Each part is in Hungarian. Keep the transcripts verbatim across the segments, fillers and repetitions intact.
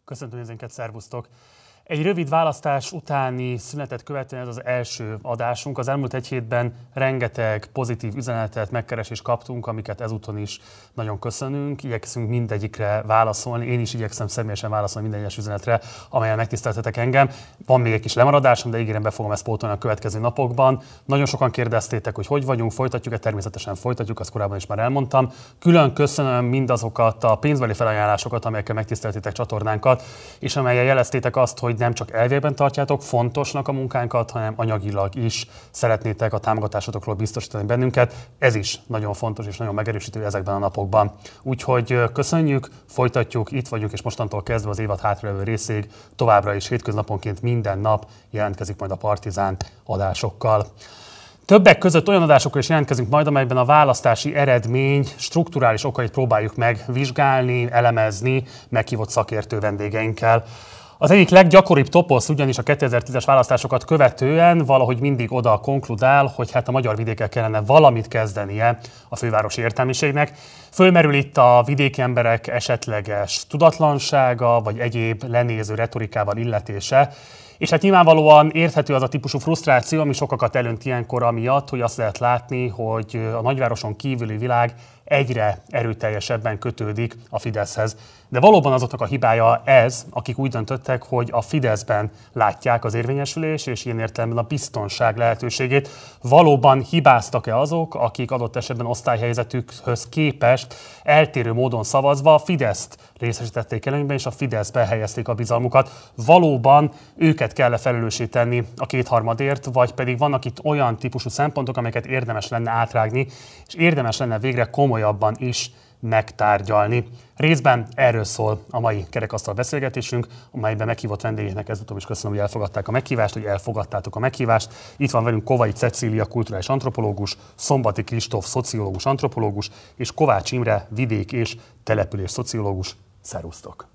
Köszöntöm nézőinket, szervusztok! Egy rövid választás utáni szünetet követően ez az első adásunk. Az elmúlt egy hétben rengeteg pozitív üzenetet, megkeresést kaptunk, amiket ezúton is nagyon köszönünk. Igyekszünk mindegyikre válaszolni. Én is igyekszem személyesen válaszolni minden egyes üzenetre, amelyen megtiszteltetek engem. Van még egy kis lemaradásom, de ígérem, be fogom ezt pótolni a következő napokban. Nagyon sokan kérdeztétek, hogy hogy vagyunk, folytatjuk-e, természetesen folytatjuk, azt korábban is már elmondtam. Külön köszönöm mindazokat a pénzbeli felajánlásokat, amelyekkel megtiszteltétek csatornánkat, és amellyel jeleztétek azt, hogy nem csak elvében tartjátok fontosnak a munkánkat, hanem anyagilag is szeretnétek a támogatásotokról biztosítani bennünket. Ez is nagyon fontos és nagyon megerősítő ezekben a napokban. Úgyhogy köszönjük, folytatjuk, itt vagyunk, és mostantól kezdve az évad hátralévő részéig továbbra is hétköznaponként minden nap jelentkezik majd a Partizán adásokkal. Többek között olyan adásokkal is jelentkezünk majd, amelyben a választási eredmény strukturális okait próbáljuk megvizsgálni, elemezni meghívott szakértő vendégeinkkel. Az egyik leggyakoribb toposz ugyanis a kétezer-tízes választásokat követően valahogy mindig oda konkludál, hogy hát a magyar vidékkel kellene valamit kezdenie a fővárosi értelmiségnek. Fölmerül itt a vidéki emberek esetleges tudatlansága, vagy egyéb lenéző retorikával illetése. És hát nyilvánvalóan érthető az a típusú frusztráció, ami sokakat elönt ilyenkor amiatt, hogy azt lehet látni, hogy a nagyvároson kívüli világ egyre erőteljesebben kötődik a Fideszhez. De valóban azoknak a hibája ez, akik úgy döntöttek, hogy a Fideszben látják az érvényesülés és ilyen értelemben a biztonság lehetőségét. Valóban hibáztak-e azok, akik adott esetben osztályhelyzetükhöz képest eltérő módon szavazva a Fideszt részesítették előnyben, és a Fideszbe helyezték a bizalmukat. Valóban őket kell felelőssé tenni a kétharmadért, vagy pedig vannak itt olyan típusú szempontok, amelyeket érdemes lenne átrágni, és érdemes lenne végre komolyabban is megtárgyalni. Részben erről szól a mai kerekasztal beszélgetésünk, amelyben meghívott vendégeknek ezúttal is köszönöm, hogy elfogadták a meghívást, hogy elfogadtátok a meghívást. Itt van velünk Kovai Cecília, kulturális antropológus, Szombati Kristóf, szociológus, antropológus, és Kovács Imre, vidék és település szociológus. Szervusztok!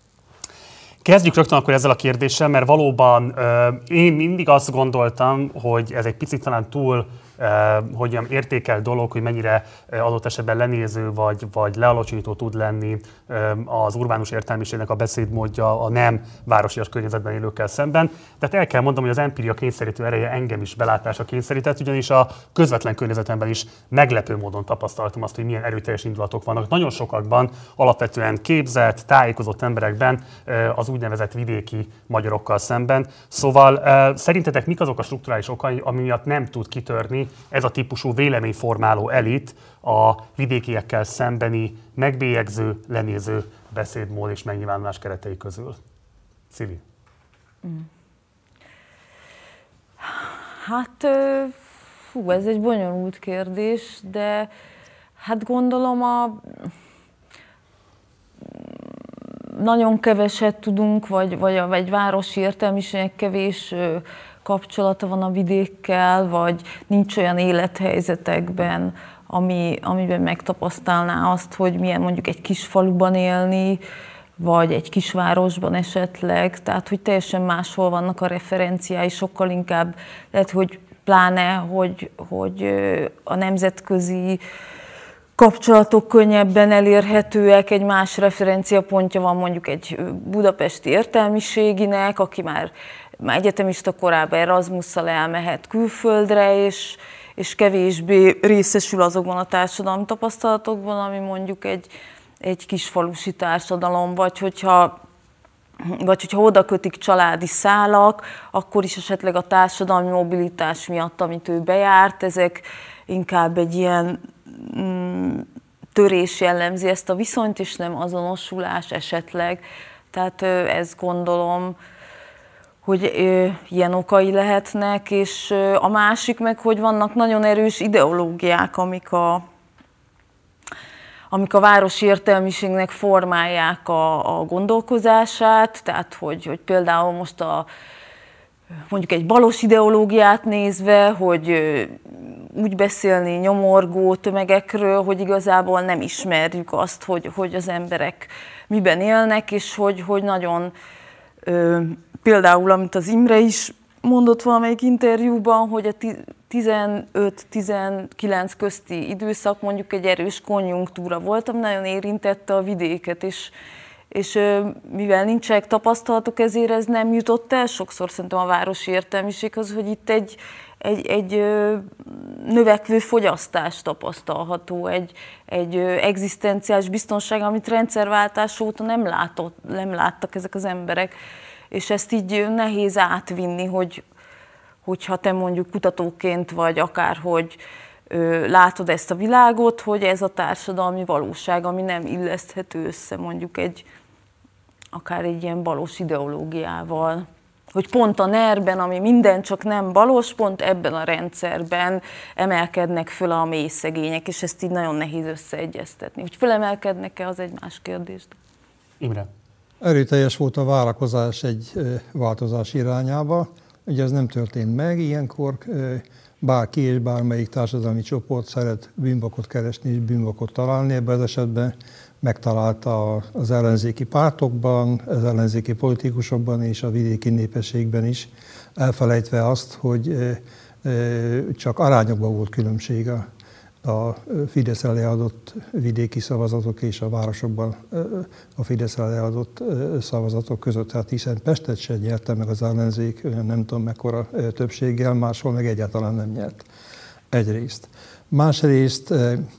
Kezdjük rögtön akkor ezzel a kérdéssel, mert valóban euh, én mindig azt gondoltam, hogy ez egy picit talán túl Uh, hogy értékel dolog, hogy mennyire uh, adott esetben lenéző vagy, vagy lealacsonyító tud lenni uh, az urbánus értelmiségnek a beszédmódja a nem városias környezetben élőkkel szemben. Tehát el kell mondanom, hogy az empíria kényszerítő ereje engem is belátásra kényszerített, ugyanis a közvetlen környezetemben is meglepő módon tapasztaltam azt, hogy milyen erőteljes indulatok vannak. Nagyon sokakban, alapvetően képzett, tájékozott emberekben uh, az úgynevezett vidéki magyarokkal szemben. Szóval uh, szerintetek mik azok a strukturális okai, ami miatt nem tud kitörni ez a típusú véleményformáló elit a vidékiekkel szembeni megbélyegző, lenéző beszédmód és megnyilvánulás keretei közül? Szili? Hát, fú, ez egy bonyolult kérdés, de hát gondolom a nagyon keveset tudunk, vagy, vagy a egy városi értelmiségnek kevés kapcsolata van a vidékkel, vagy nincs olyan élethelyzetekben, ami, amiben megtapasztalná azt, hogy milyen mondjuk egy kis faluban élni, vagy egy kisvárosban esetleg, tehát hogy teljesen máshol vannak a referenciái, sokkal inkább lehet, hogy pláne, hogy, hogy a nemzetközi kapcsolatok könnyebben elérhetőek, egy más referenciapontja van mondjuk egy budapesti értelmiséginek, aki már Már egyetemista korában Erasmusszal elmehet külföldre, és, és kevésbé részesül azokban a társadalmi tapasztalatokban, ami mondjuk egy, egy kisfalusi társadalom, vagy hogyha, vagy hogyha oda kötik családi szálak, akkor is esetleg a társadalmi mobilitás miatt, amit ő bejárt, ezek inkább egy ilyen mm, törés jellemzi ezt a viszonyt, és nem azonosulás esetleg. Tehát ezt gondolom, hogy ö, ilyen okai lehetnek, és ö, a másik meg, hogy vannak nagyon erős ideológiák, amik a, amik a városi értelmiségnek formálják a, a gondolkozását, tehát hogy, hogy például most a, mondjuk egy balos ideológiát nézve, hogy ö, úgy beszélni nyomorgó tömegekről, hogy igazából nem ismerjük azt, hogy, hogy az emberek miben élnek, és hogy, hogy nagyon ö, például, amit az Imre is mondott valamelyik interjúban, hogy a tizenöt-tizenkilenc közti időszak mondjuk egy erős konjunktúra volt, ami nagyon érintette a vidéket, és, és mivel nincsenek tapasztalatok, ezért ez nem jutott el sokszor szerintem a városi értelmiséghez, hogy itt egy, egy, egy növekvő fogyasztás tapasztalható, egy, egy egzisztenciális biztonság, amit rendszerváltás óta nem, látott, nem láttak ezek az emberek, és ezt így nehéz átvinni, hogy, hogyha te mondjuk kutatóként vagy akárhogy látod ezt a világot, hogy ez a társadalmi valóság, ami nem illeszthető össze mondjuk egy, akár egy ilyen balos ideológiával. Hogy pont a nerben, ami minden csak nem balos, pont ebben a rendszerben emelkednek föl a mély szegények, és ezt így nagyon nehéz összeegyeztetni. Hogy fölemelkednek-e, az egy más kérdés. Imre. Erőteljes volt a várakozás egy változás irányába. Ugye ez nem történt meg, ilyenkor bárki és bármelyik társadalmi csoport szeret bűnbakot keresni és bűnbakot találni. Ebben az esetben megtalálta az ellenzéki pártokban, az ellenzéki politikusokban és a vidéki népességben is, elfelejtve azt, hogy csak arányokban volt különbség a, a Fideszre leadott vidéki szavazatok és a városokban a Fideszre leadott szavazatok között. Hát hiszen Pestet sem nyerte meg az ellenzék, nem tudom mekkora többséggel, máshol meg egyáltalán nem nyert. Egyrészt. Másrészt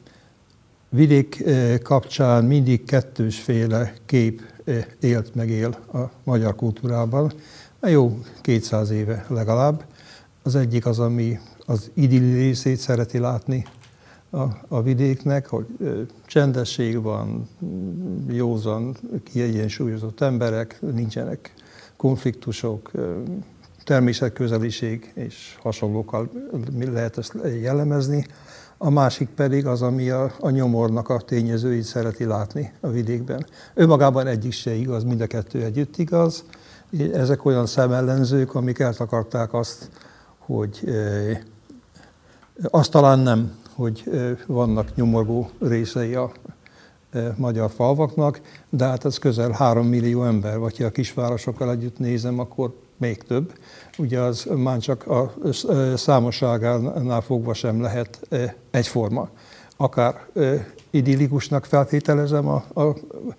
vidék kapcsán mindig kettősféle kép élt meg él a magyar kultúrában, jó kétszáz éve legalább. Az egyik az, ami az idilli részét szereti látni a, a vidéknek, hogy csendesség van, józan, kiegyensúlyozott emberek, nincsenek konfliktusok, természetközeliség és hasonlókkal lehet ezt jellemezni. A másik pedig az, ami a, a nyomornak a tényezőit szereti látni a vidékben. Önmagában egyik se igaz, mind a kettő együtt igaz. Ezek olyan szemellenzők, amik eltakarták azt, hogy e, azt talán nem, hogy e, vannak nyomorgó részei a e, magyar falvaknak, de hát ez közel három millió ember, vagy ha a kisvárosokkal együtt nézem, akkor még több. Ugye az már csak a számosságánál fogva sem lehet egyforma. Akár idillikusnak feltételezem a, a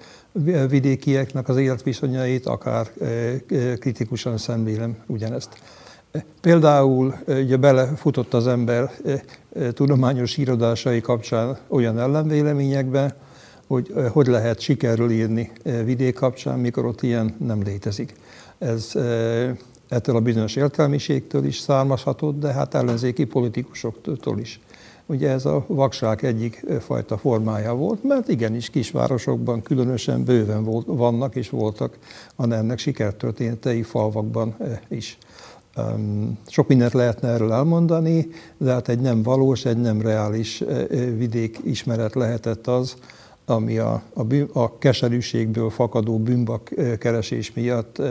vidékieknek az életviszonyait, akár kritikusan szemlélem ugyanezt. Például ugye belefutott az ember tudományos írodásai kapcsán olyan ellenvéleményekbe, hogy hogy lehet sikerről írni vidék kapcsán, mikor ott ilyen nem létezik. Ez ettől a bizonyos értelmiségtől is származhatott, de hát ellenzéki politikusoktól is. Ugye ez a vakság egyik fajta formája volt, mert igenis kisvárosokban különösen bőven volt, vannak és voltak ennek sikertörténetei falvakban is. Sok mindent lehetne erről elmondani, de hát egy nem valós, egy nem reális vidék ismeret lehetett az, ami a, a, bűn, a keserűségből fakadó bűnbak keresés miatt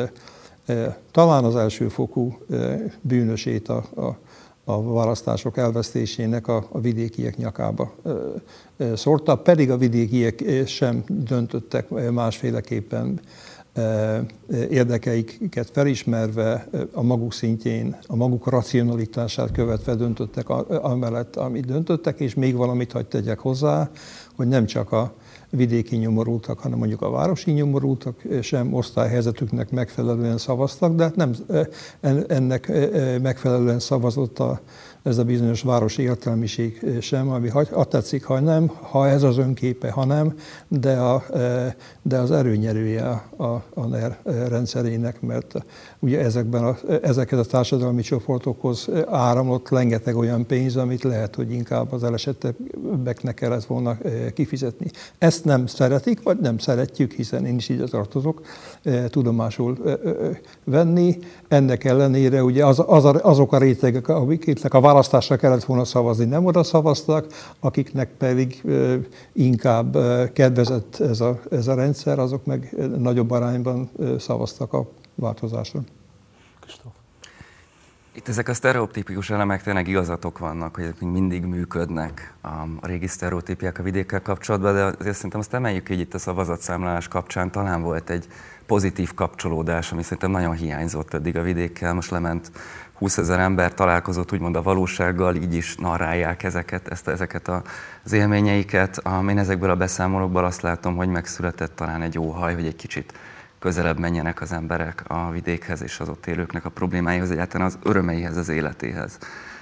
talán az elsőfokú bűnösét a, a, a választások elvesztésének a, a vidékiek nyakába szórta, pedig a vidékiek sem döntöttek másféleképpen, érdekeiket felismerve, a maguk szintjén, a maguk racionalitását követve döntöttek amellett, amit döntöttek, és még valamit hadd tegyek hozzá, hogy nem csak a vidéki nyomorultak, hanem mondjuk a városi nyomorultak sem osztályhelyzetüknek megfelelően szavaztak, de hát nem ennek megfelelően szavazott a, ez a bizonyos városi értelmiség sem, ami ha tetszik, ha nem, ha ez az önképe, ha nem, de, a, de az erőnyerője a, a NER rendszerének, mert ugye ezekben a, ezekhez a társadalmi csoportokhoz áramlott rengeteg olyan pénz, amit lehet, hogy inkább az elesettebbeknek kellett volna kifizetni. Ezt nem szeretik, vagy nem szeretjük, hiszen én is ide tartozok, tudomásul venni. Ennek ellenére ugye az, az a, azok a rétegek, akiknek a választásra kellett volna szavazni, nem oda szavaztak, akiknek pedig inkább kedvezett ez a, ez a rendszer, azok meg meg, meg nagyobb arányban szavaztak a változásra. Kristóf. Itt ezek a sztereotípikus elemek tényleg igazatok vannak, hogy ezek még mindig működnek a régi sztereotípiák a vidékkel kapcsolatban, de azért szerintem azt emeljük így itt a szavazatszámlálás kapcsán, talán volt egy pozitív kapcsolódás, ami szerintem nagyon hiányzott eddig a vidékkel. Most lement húszezer ember, találkozott úgymond a valósággal, így is narrálják ezeket, ezt, ezeket az élményeiket. Én ezekből a beszámolókból azt látom, hogy megszületett talán egy óhaj, hogy egy kicsit közelebb menjenek az emberek a vidékhez és az ott élőknek a problémáihoz, egyáltalán az örömeihez, az életéhez.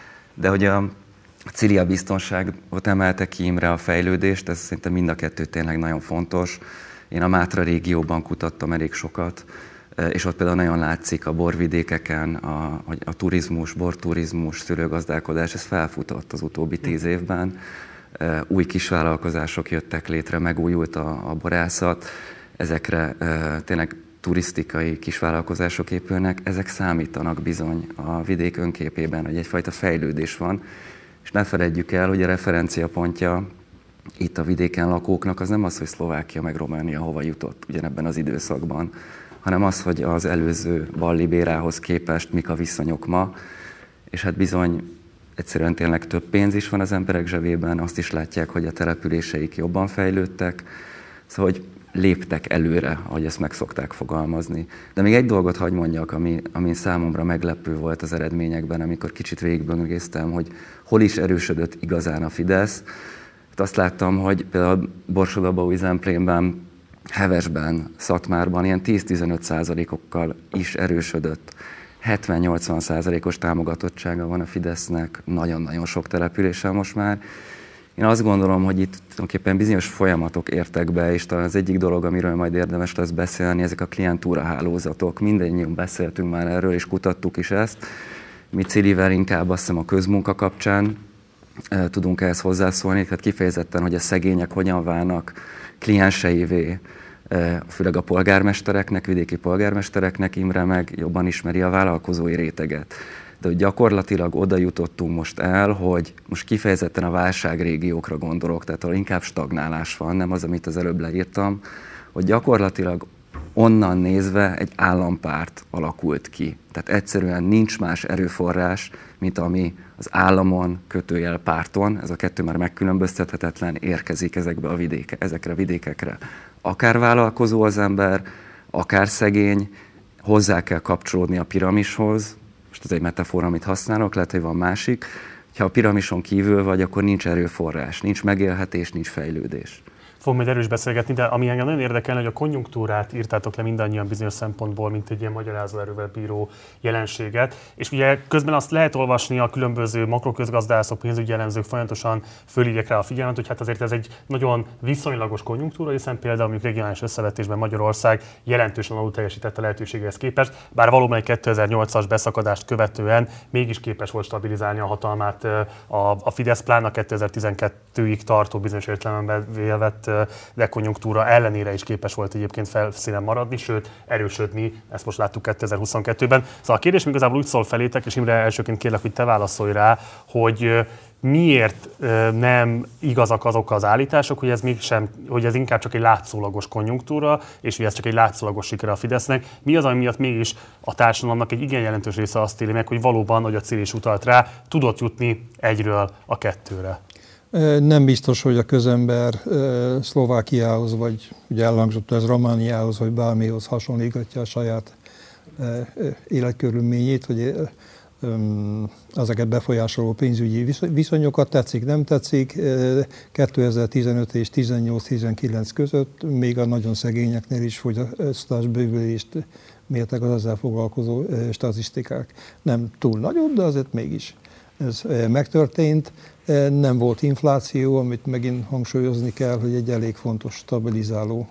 De hogy a Cili biztonságot emelte ki Imre a fejlődést, ez szerintem mind a kettő tényleg nagyon fontos. Én a Mátra régióban kutattam elég sokat, és ott például nagyon látszik a borvidékeken, a, a turizmus, borturizmus, szőlőgazdálkodás, ez felfutott az utóbbi tíz évben. Új kisvállalkozások jöttek létre, megújult a, a borászat, ezekre tényleg turisztikai kisvállalkozások épülnek, ezek számítanak bizony a vidék önképében, hogy egyfajta fejlődés van, és ne feledjük el, hogy a referenciapontja itt a vidéken lakóknak az nem az, hogy Szlovákia meg Románia hova jutott ugyanebben az időszakban, hanem az, hogy az előző ballibérához képest mik a viszonyok ma, és hát bizony egyszerűen tényleg több pénz is van az emberek zsebében, azt is látják, hogy a településeik jobban fejlődtek, szóval hogy léptek előre, ahogy ezt meg szokták fogalmazni. De még egy dolgot hadd mondjak, ami, ami számomra meglepő volt az eredményekben, amikor kicsit végigböngésztem, hogy hol is erősödött igazán a Fidesz. Azt láttam, hogy például Borsod-Abaúj-Zemplénben, Hevesben, Szatmárban ilyen tíz-tizenöt százalékokkal is erősödött. hetven-nyolcvan százalékos támogatottsága van a Fidesznek, nagyon-nagyon sok településsel most már. Én azt gondolom, hogy itt tulajdonképpen bizonyos folyamatok értek be, és talán az egyik dolog, amiről majd érdemes lesz beszélni, ezek a klientúra hálózatok. Mindennyian beszéltünk már erről, és kutattuk is ezt. Mi Cilivel inkább azt hiszem a közmunka kapcsán e, tudunk ehhez hozzászólni, tehát kifejezetten, hogy a szegények hogyan válnak klienseivé, e, főleg a polgármestereknek, vidéki polgármestereknek. Imre meg jobban ismeri a vállalkozói réteget. De hogy gyakorlatilag oda jutottunk most el, hogy most kifejezetten a válságrégiókra gondolok, tehát ahol inkább stagnálás van, nem az, amit az előbb leírtam, hogy gyakorlatilag onnan nézve egy állampárt alakult ki. Tehát egyszerűen nincs más erőforrás, mint ami az államon, kötőjel párton, ez a kettő már megkülönböztethetetlen, érkezik ezekbe a vidéke, ezekre a vidékekre. Akár vállalkozó az ember, akár szegény, hozzá kell kapcsolódni a piramishoz. Most ez egy metafora, amit használok, lehet, hogy van másik. Ha a piramison kívül vagy, akkor nincs erőforrás, nincs megélhetés, nincs fejlődés. Fogunk majd erős beszélgetni, de ami engem nagyon érdekelne, hogy a konjunktúrát írtátok le mindannyian bizonyos szempontból, mint egy ilyen magyarázó erővel bíró jelenséget. És ugye közben azt lehet olvasni, a különböző makroközgazdászok, pénzügyi elemzők folyamatosan fölhívják rá a figyelmet, hogy hát azért ez egy nagyon viszonylagos konjunktúra, hiszen például mondjuk regionális összevetésben Magyarország jelentősen alul teljesített a lehetőséghez képest, bár valóban egy kétezer-nyolcas beszakadást követően mégis képes volt stabilizálni a hatalmát a, a Fidesz, pláne kétezer-tizenkettőig tartó bizonyos értelemben vélvett dekonjunktúra ellenére is képes volt egyébként felszínen maradni, sőt erősödni, ezt most láttuk kétezer-huszonkettőben. Szóval a kérdés igazából úgy szól felétek, és Imre, elsőként kérlek, hogy te válaszolj rá, hogy miért nem igazak azok az állítások, hogy ez, mégsem, hogy ez inkább csak egy látszólagos konjunktúra, és hogy ez csak egy látszólagos sikere a Fidesznek. Mi az, ami miatt mégis a társadalomnak egy igen jelentős része azt éli meg, hogy valóban, hogy a Cili is utalt rá, tudott jutni egyről a kettőre? Nem biztos, hogy a közember Szlovákiához, vagy ugye elhangzott ez Romániához, vagy bármihoz hasonlítgatja a saját életkörülményét, hogy ezeket befolyásoló pénzügyi viszonyokat tetszik, nem tetszik. kétezer-tizenöt és tizennyolc-tizenkilenc között még a nagyon szegényeknél is fogyasztásbővülést mértek az ezzel foglalkozó statisztikák. Nem túl nagyobb, de azért mégis ez megtörtént. Nem volt infláció, amit megint hangsúlyozni kell, hogy egy elég fontos stabilizáló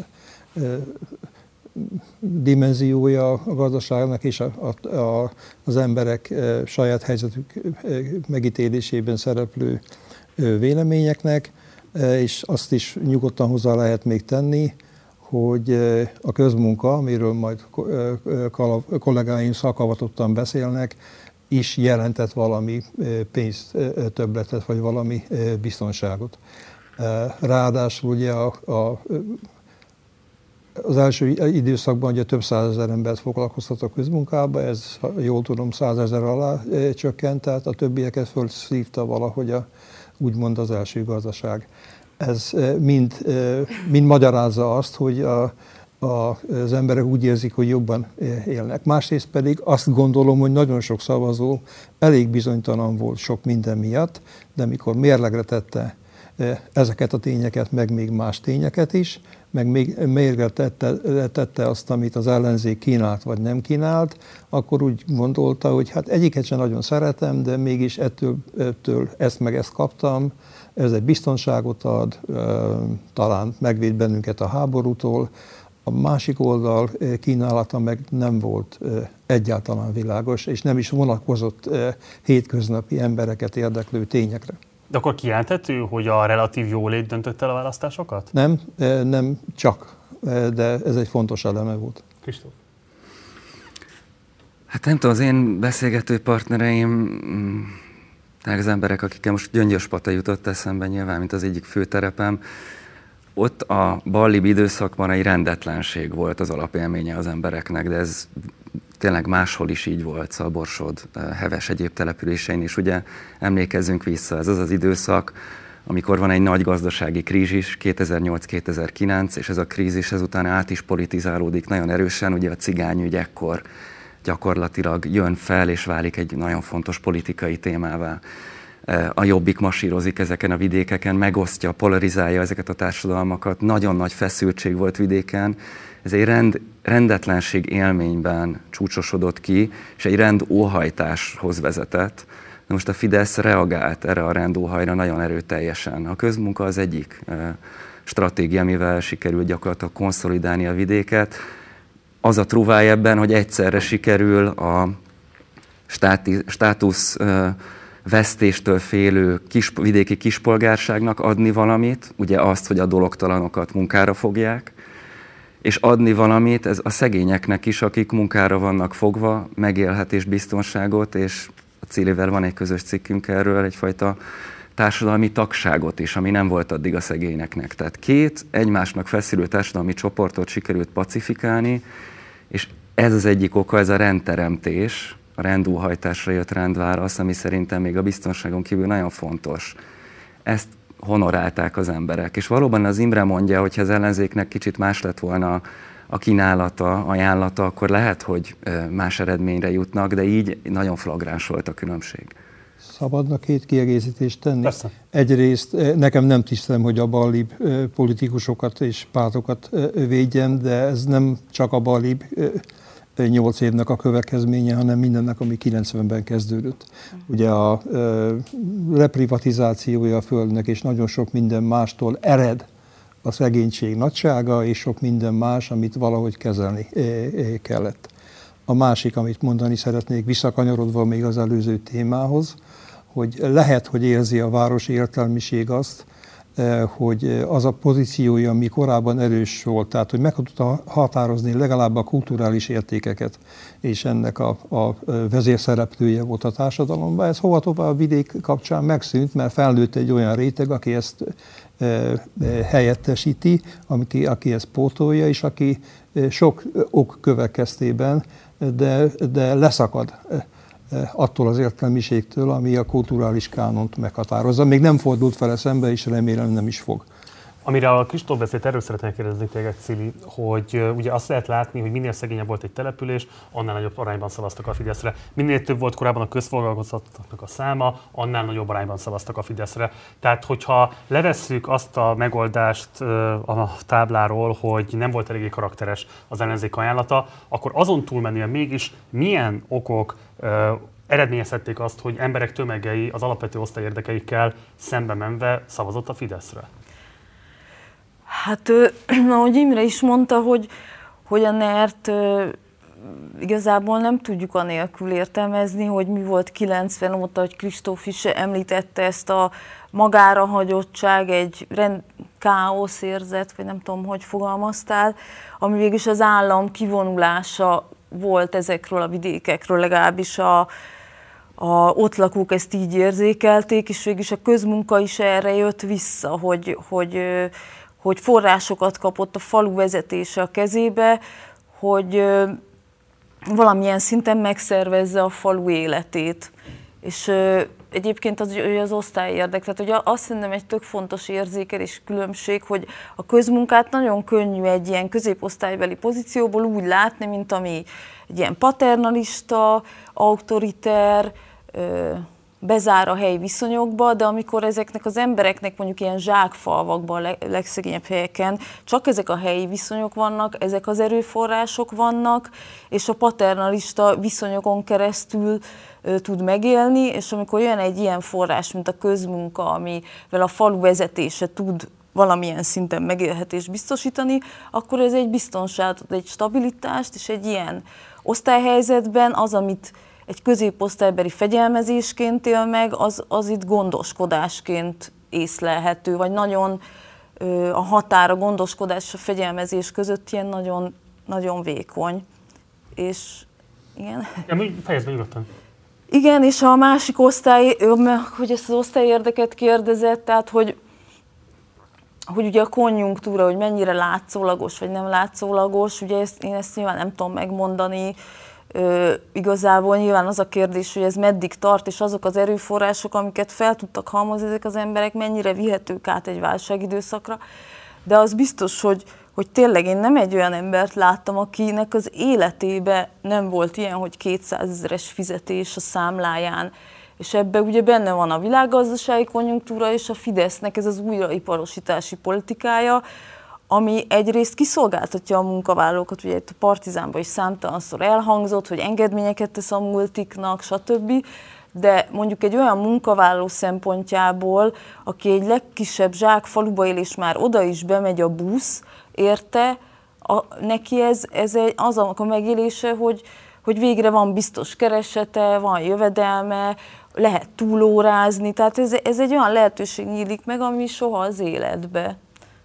dimenziója a gazdaságnak és a, a, az emberek saját helyzetük megítélésében szereplő véleményeknek, és azt is nyugodtan hozzá lehet még tenni, hogy a közmunka, amiről majd kollégáim szakavatottan beszélnek, is jelentett valami pénztöbbletet, vagy valami biztonságot. Ráadásul ugye a, a az első időszakban ugye több százezer embert foglalkoztatott közmunkába, ez, jól tudom, százezer alá csökkent, tehát a többieket fölszívta valahogy a, úgymond az első gazdaság. Ez mind, mind magyarázza azt, hogy a, a, az emberek úgy érzik, hogy jobban élnek. Másrészt pedig azt gondolom, hogy nagyon sok szavazó elég bizonytalan volt sok minden miatt, de mikor mérlegre tette ezeket a tényeket, meg még más tényeket is, meg még mérlegre tette, tette azt, amit az ellenzék kínált vagy nem kínált, akkor úgy gondolta, hogy hát egyiket sem nagyon szeretem, de mégis ettől, ettől ezt meg ezt kaptam, ez egy biztonságot ad, talán megvéd bennünket a háborútól. A másik oldal kínálata meg nem volt egyáltalán világos, és nem is vonatkozott hétköznapi embereket érdeklő tényekre. De akkor kijelenthető, hogy a relatív jólét döntött el a választásokat? Nem, nem csak, de ez egy fontos eleme volt. Kristóf? Hát nem tudom, az én beszélgető partnereim, tehát az emberek, akikkel most Gyöngyöspata jutott eszembe nyilván, mint az egyik főterepem, ott a ballibi időszakban egy rendetlenség volt az alapélménye az embereknek, de ez tényleg máshol is így volt, Szaborsod, Heves egyéb településein is. Ugye emlékezzünk vissza, ez az az időszak, amikor van egy nagy gazdasági krízis, kétezer-nyolc kétezer-kilenc, és ez a krízis ezután át is politizálódik nagyon erősen, ugye a cigányügy ekkor gyakorlatilag jön fel, és válik egy nagyon fontos politikai témává. A Jobbik masírozik ezeken a vidékeken, megosztja, polarizálja ezeket a társadalmakat, nagyon nagy feszültség volt vidéken, ez egy rend, rendetlenség élményben csúcsosodott ki, és egy rendóhajtáshoz vezetett. De most a Fidesz reagált erre a rendóhajra nagyon erőteljesen. A közmunka az egyik stratégia, amivel sikerült gyakorlatilag konszolidálni a vidéket. Az a truváj ebben, hogy egyszerre sikerül a státi, státusz vesztéstől félő kis, vidéki kispolgárságnak adni valamit, ugye azt, hogy a dologtalanokat munkára fogják, és adni valamit ez a szegényeknek is, akik munkára vannak fogva, megélhetés, biztonságot, és a Cilivel van egy közös cikkünk erről, egyfajta társadalmi tagságot is, ami nem volt addig a szegényeknek. Tehát két egymásnak feszülő társadalmi csoportot sikerült pacifikálni, és ez az egyik oka, ez a rendteremtés, a rendúhajtásra jött rendválasz, ami szerintem még a biztonságon kívül nagyon fontos. Ezt honorálták az emberek. És valóban az Imre mondja, hogy ha az ellenzéknek kicsit más lett volna a kínálata, ajánlata, akkor lehet, hogy más eredményre jutnak, de így nagyon flagráns volt a különbség. Szabadna két kiegészítést tenni? Persze. Egyrészt nekem nem tisztem, hogy a ballibb politikusokat és pártokat védjem, de ez nem csak a ballibb nyolc évnek a következménye, hanem mindennek, ami kilencvenben kezdődött. Ugye a reprivatizációja a Földnek és nagyon sok minden mástól ered a szegénység nagysága, és sok minden más, amit valahogy kezelni kellett. A másik, amit mondani szeretnék, visszakanyarodva még az előző témához, hogy lehet, hogy érzi a városi értelmiség azt, hogy az a pozíciója, ami korábban erős volt, tehát hogy meg tudta határozni legalább a kulturális értékeket, és ennek a, a vezérszereplője volt a társadalomban. Ez hova tovább a vidék kapcsán megszűnt, mert felnőtt egy olyan réteg, aki ezt e, e, helyettesíti, aki, aki ezt pótolja, és aki sok ok következtében, de, de leszakad attól az értelmiségtől, ami a kulturális kánont meghatározza. Még nem fordult fel szembe, és remélem nem is fog. Amire a Kristóf beszélt, erről szeretnék kérdezni téged, Cili, hogy uh, ugye azt lehet látni, hogy minél szegényebb volt egy település, annál nagyobb arányban szavaztak a Fideszre. Minél több volt korábban a közszolgáltatottaknak a száma, annál nagyobb arányban szavaztak a Fideszre. Tehát, hogyha levesszük azt a megoldást uh, a tábláról, hogy nem volt eléggé karakteres az ellenzék ajánlata, akkor azon túlmenően mégis milyen okok uh, eredményezhették azt, hogy emberek tömegei az alapvető osztály érdekeikkel szembe menve szavazott a Fideszre? Hát, ahogy Imre is mondta, hogy, hogy a nert igazából nem tudjuk anélkül értelmezni, hogy mi volt kilencven óta, hogy Kristóf is említette ezt a magára hagyottság, egy rend, káosz érzet, vagy nem tudom, hogy fogalmaztál, ami végülis az állam kivonulása volt ezekről a vidékekről, legalábbis a, a ott lakók ezt így érzékelték, és végülis a közmunka is erre jött vissza, hogy, hogy hogy forrásokat kapott a falu vezetése a kezébe, hogy valamilyen szinten megszervezze a falu életét. És egyébként az, az osztály érdek, tehát hogy azt szerintem egy tök fontos érzékelés különbség, hogy a közmunkát nagyon könnyű egy ilyen középosztálybeli pozícióból úgy látni, mint ami egy ilyen paternalista, autoriter, bezár a helyi viszonyokba, de amikor ezeknek az embereknek mondjuk ilyen zsákfalvakban, a legszegényebb helyeken csak ezek a helyi viszonyok vannak, ezek az erőforrások vannak, és a paternalista viszonyokon keresztül ö, tud megélni, és amikor jön egy ilyen forrás, mint a közmunka, amivel a falu vezetése tud valamilyen szinten megélhetést biztosítani, akkor ez egy biztonságot, egy stabilitást, és egy ilyen osztályhelyzetben az, amit egy középosztálybeli fegyelmezésként él meg, az, az itt gondoskodásként észlelhető, vagy nagyon ö, a határ, a gondoskodás és a fegyelmezés között ilyen nagyon, nagyon vékony. És igen. Ja, fejezd be nyugodtan. Igen, és a másik osztály, hogy ezt az osztály érdeket kérdezett, tehát hogy, hogy ugye a konjunktúra, hogy mennyire látszólagos, vagy nem látszólagos, ugye ezt, én ezt nyilván nem tudom megmondani. Ö, igazából nyilván az a kérdés, hogy ez meddig tart, és azok az erőforrások, amiket fel tudtak halmozni ezek az emberek, mennyire vihetők át egy válságidőszakra. De az biztos, hogy, hogy tényleg én nem egy olyan embert láttam, akinek az életébe nem volt ilyen, hogy kétszázezeres fizetés a számláján. És ebben ugye benne van a világgazdasági konjunktúra és a Fidesznek ez az újraiparosítási politikája, ami egyrészt kiszolgáltatja a munkavállalókat, ugye itt a Partizánban is számtalanszor elhangzott, hogy engedményeket tesz a multiknak, stb. De mondjuk egy olyan munkavállaló szempontjából, aki egy legkisebb zsákfaluba él, és már oda is bemegy a busz, érte, a, neki ez, ez egy, az a megélése, hogy, hogy végre van biztos keresete, van jövedelme, lehet túlórázni, tehát ez, ez egy olyan lehetőség nyílik meg, ami soha az életbe.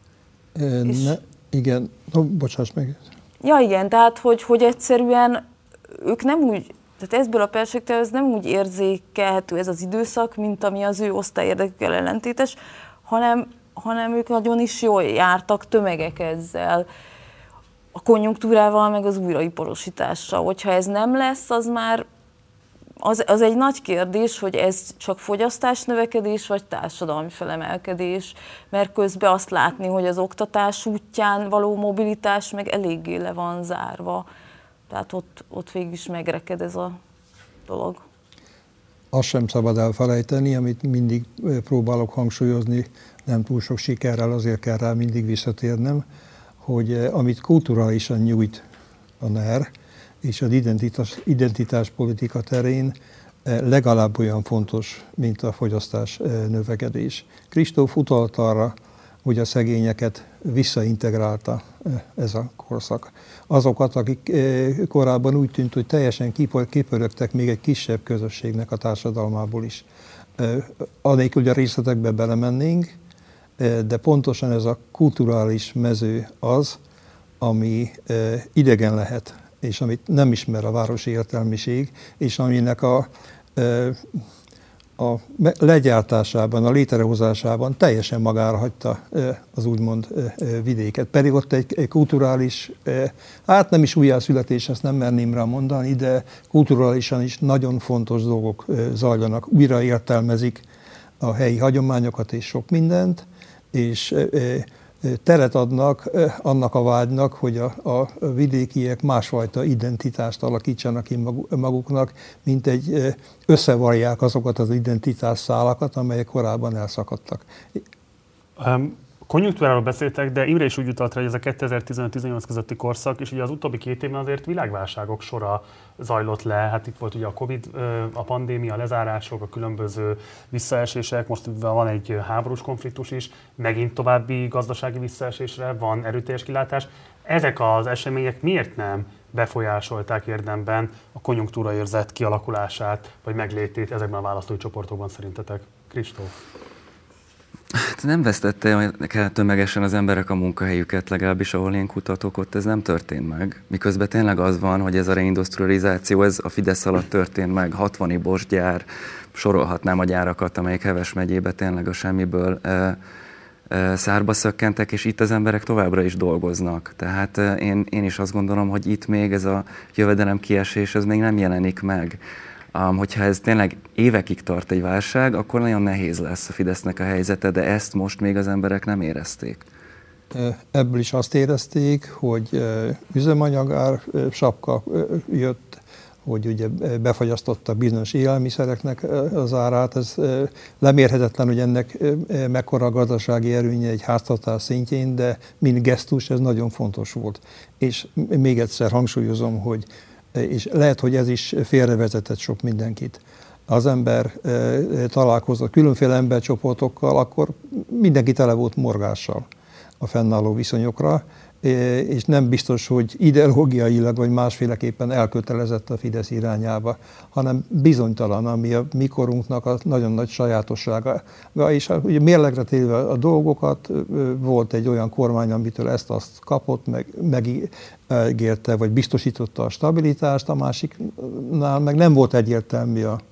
Ne, igen, no, bocsáss meg. Ja igen, tehát hogy, hogy egyszerűen ők nem úgy, tehát ebből a perspektívával ez nem úgy érzékelhető ez az időszak, mint ami az ő osztályérdekükkel ellentétes, hanem, hanem ők nagyon is jól jártak tömegek ezzel, a konjunktúrával, meg az újraiparosítással. Hogyha ez nem lesz, az már az, az egy nagy kérdés, hogy ez csak fogyasztásnövekedés, vagy társadalmi felemelkedés, mert közben azt látni, hogy az oktatás útján való mobilitás meg eléggé le van zárva. Tehát ott, ott végig is megreked ez a dolog. Azt sem szabad elfelejteni, amit mindig próbálok hangsúlyozni, nem túl sok sikerrel, azért kell rá mindig visszatérnem, hogy amit kulturálisan nyújt a NER, és az identitás, identitáspolitika terén legalább olyan fontos, mint a fogyasztás növekedés. Kristóf utalt arra, hogy a szegényeket visszaintegrálta ez a korszak. Azokat, akik korábban úgy tűnt, hogy teljesen kipörögtek még egy kisebb közösségnek a társadalmából is. Anélkül, hogy a részletekbe belemennénk, de pontosan ez a kulturális mező az, ami idegen lehet, és amit nem ismer a városi értelmiség, és aminek a, a legyártásában, a létrehozásában teljesen magára hagyta az úgymond vidéket. Pedig ott egy kulturális, hát nem is újjászületés, ezt nem merném rá mondani, de kulturálisan is nagyon fontos dolgok zajlanak. Újra értelmezik a helyi hagyományokat és sok mindent, és teret adnak annak a vágynak, hogy a, a vidékiek másfajta identitást alakítsanak ki maguknak, mint egy összevarják azokat az identitásszálakat, amelyek korábban elszakadtak. Um, konjunktúráról beszéltek, de Imre is úgy utalt rá, hogy ez a kétezer-tizenöt-tizennyolc közötti korszak, és ugye az utóbbi két évben azért világválságok sora zajlott le. Hát itt volt ugye a Covid, a pandémia, a lezárások, a különböző visszaesések, most van egy háborús konfliktus is, megint további gazdasági visszaesésre van erőteljes kilátás. Ezek az események miért nem befolyásolták érdemben a konjunktúraérzet kialakulását, vagy meglétét ezekben a választói csoportokban szerintetek? Kristóf? Hát nem vesztette el tömegesen az emberek a munkahelyüket, legalábbis ahol én kutatok, ott ez nem történt meg. Miközben tényleg az van, hogy ez a reindustrializáció, ez a Fidesz alatt történt meg, hatvani Bosch gyár, sorolhatnám a gyárakat, amelyek Heves megyébe tényleg a semmiből e, szárba szökkentek, és itt az emberek továbbra is dolgoznak. Tehát én, én is azt gondolom, hogy itt még ez a jövedelem kiesés, ez még nem jelenik meg. Um, hogyha ez tényleg évekig tart egy válság, akkor nagyon nehéz lesz a Fidesznek a helyzete, de ezt most még az emberek nem érezték. Ebből is azt érezték, hogy üzemanyagár sapka jött, hogy ugye befagyasztotta bizonyos élelmiszereknek az árát. Ez lemérhetetlen, hogy ennek mekkora gazdasági erőnye egy háztartás szintjén, de mint gesztus ez nagyon fontos volt. És még egyszer hangsúlyozom, hogy és lehet, hogy ez is félrevezetett sok mindenkit. Az ember találkozott különféle embercsoportokkal, akkor mindenki tele volt morgással a fennálló viszonyokra, és nem biztos, hogy ideológiailag vagy másféleképpen elkötelezett a Fidesz irányába, hanem bizonytalan, ami a mi korunknak a nagyon nagy sajátossága. És ugye mérlegre téve a dolgokat, volt egy olyan kormány, amitől ezt-azt kapott, meg, megígérte, vagy biztosította a stabilitást, a másiknál meg nem volt egyértelmű a,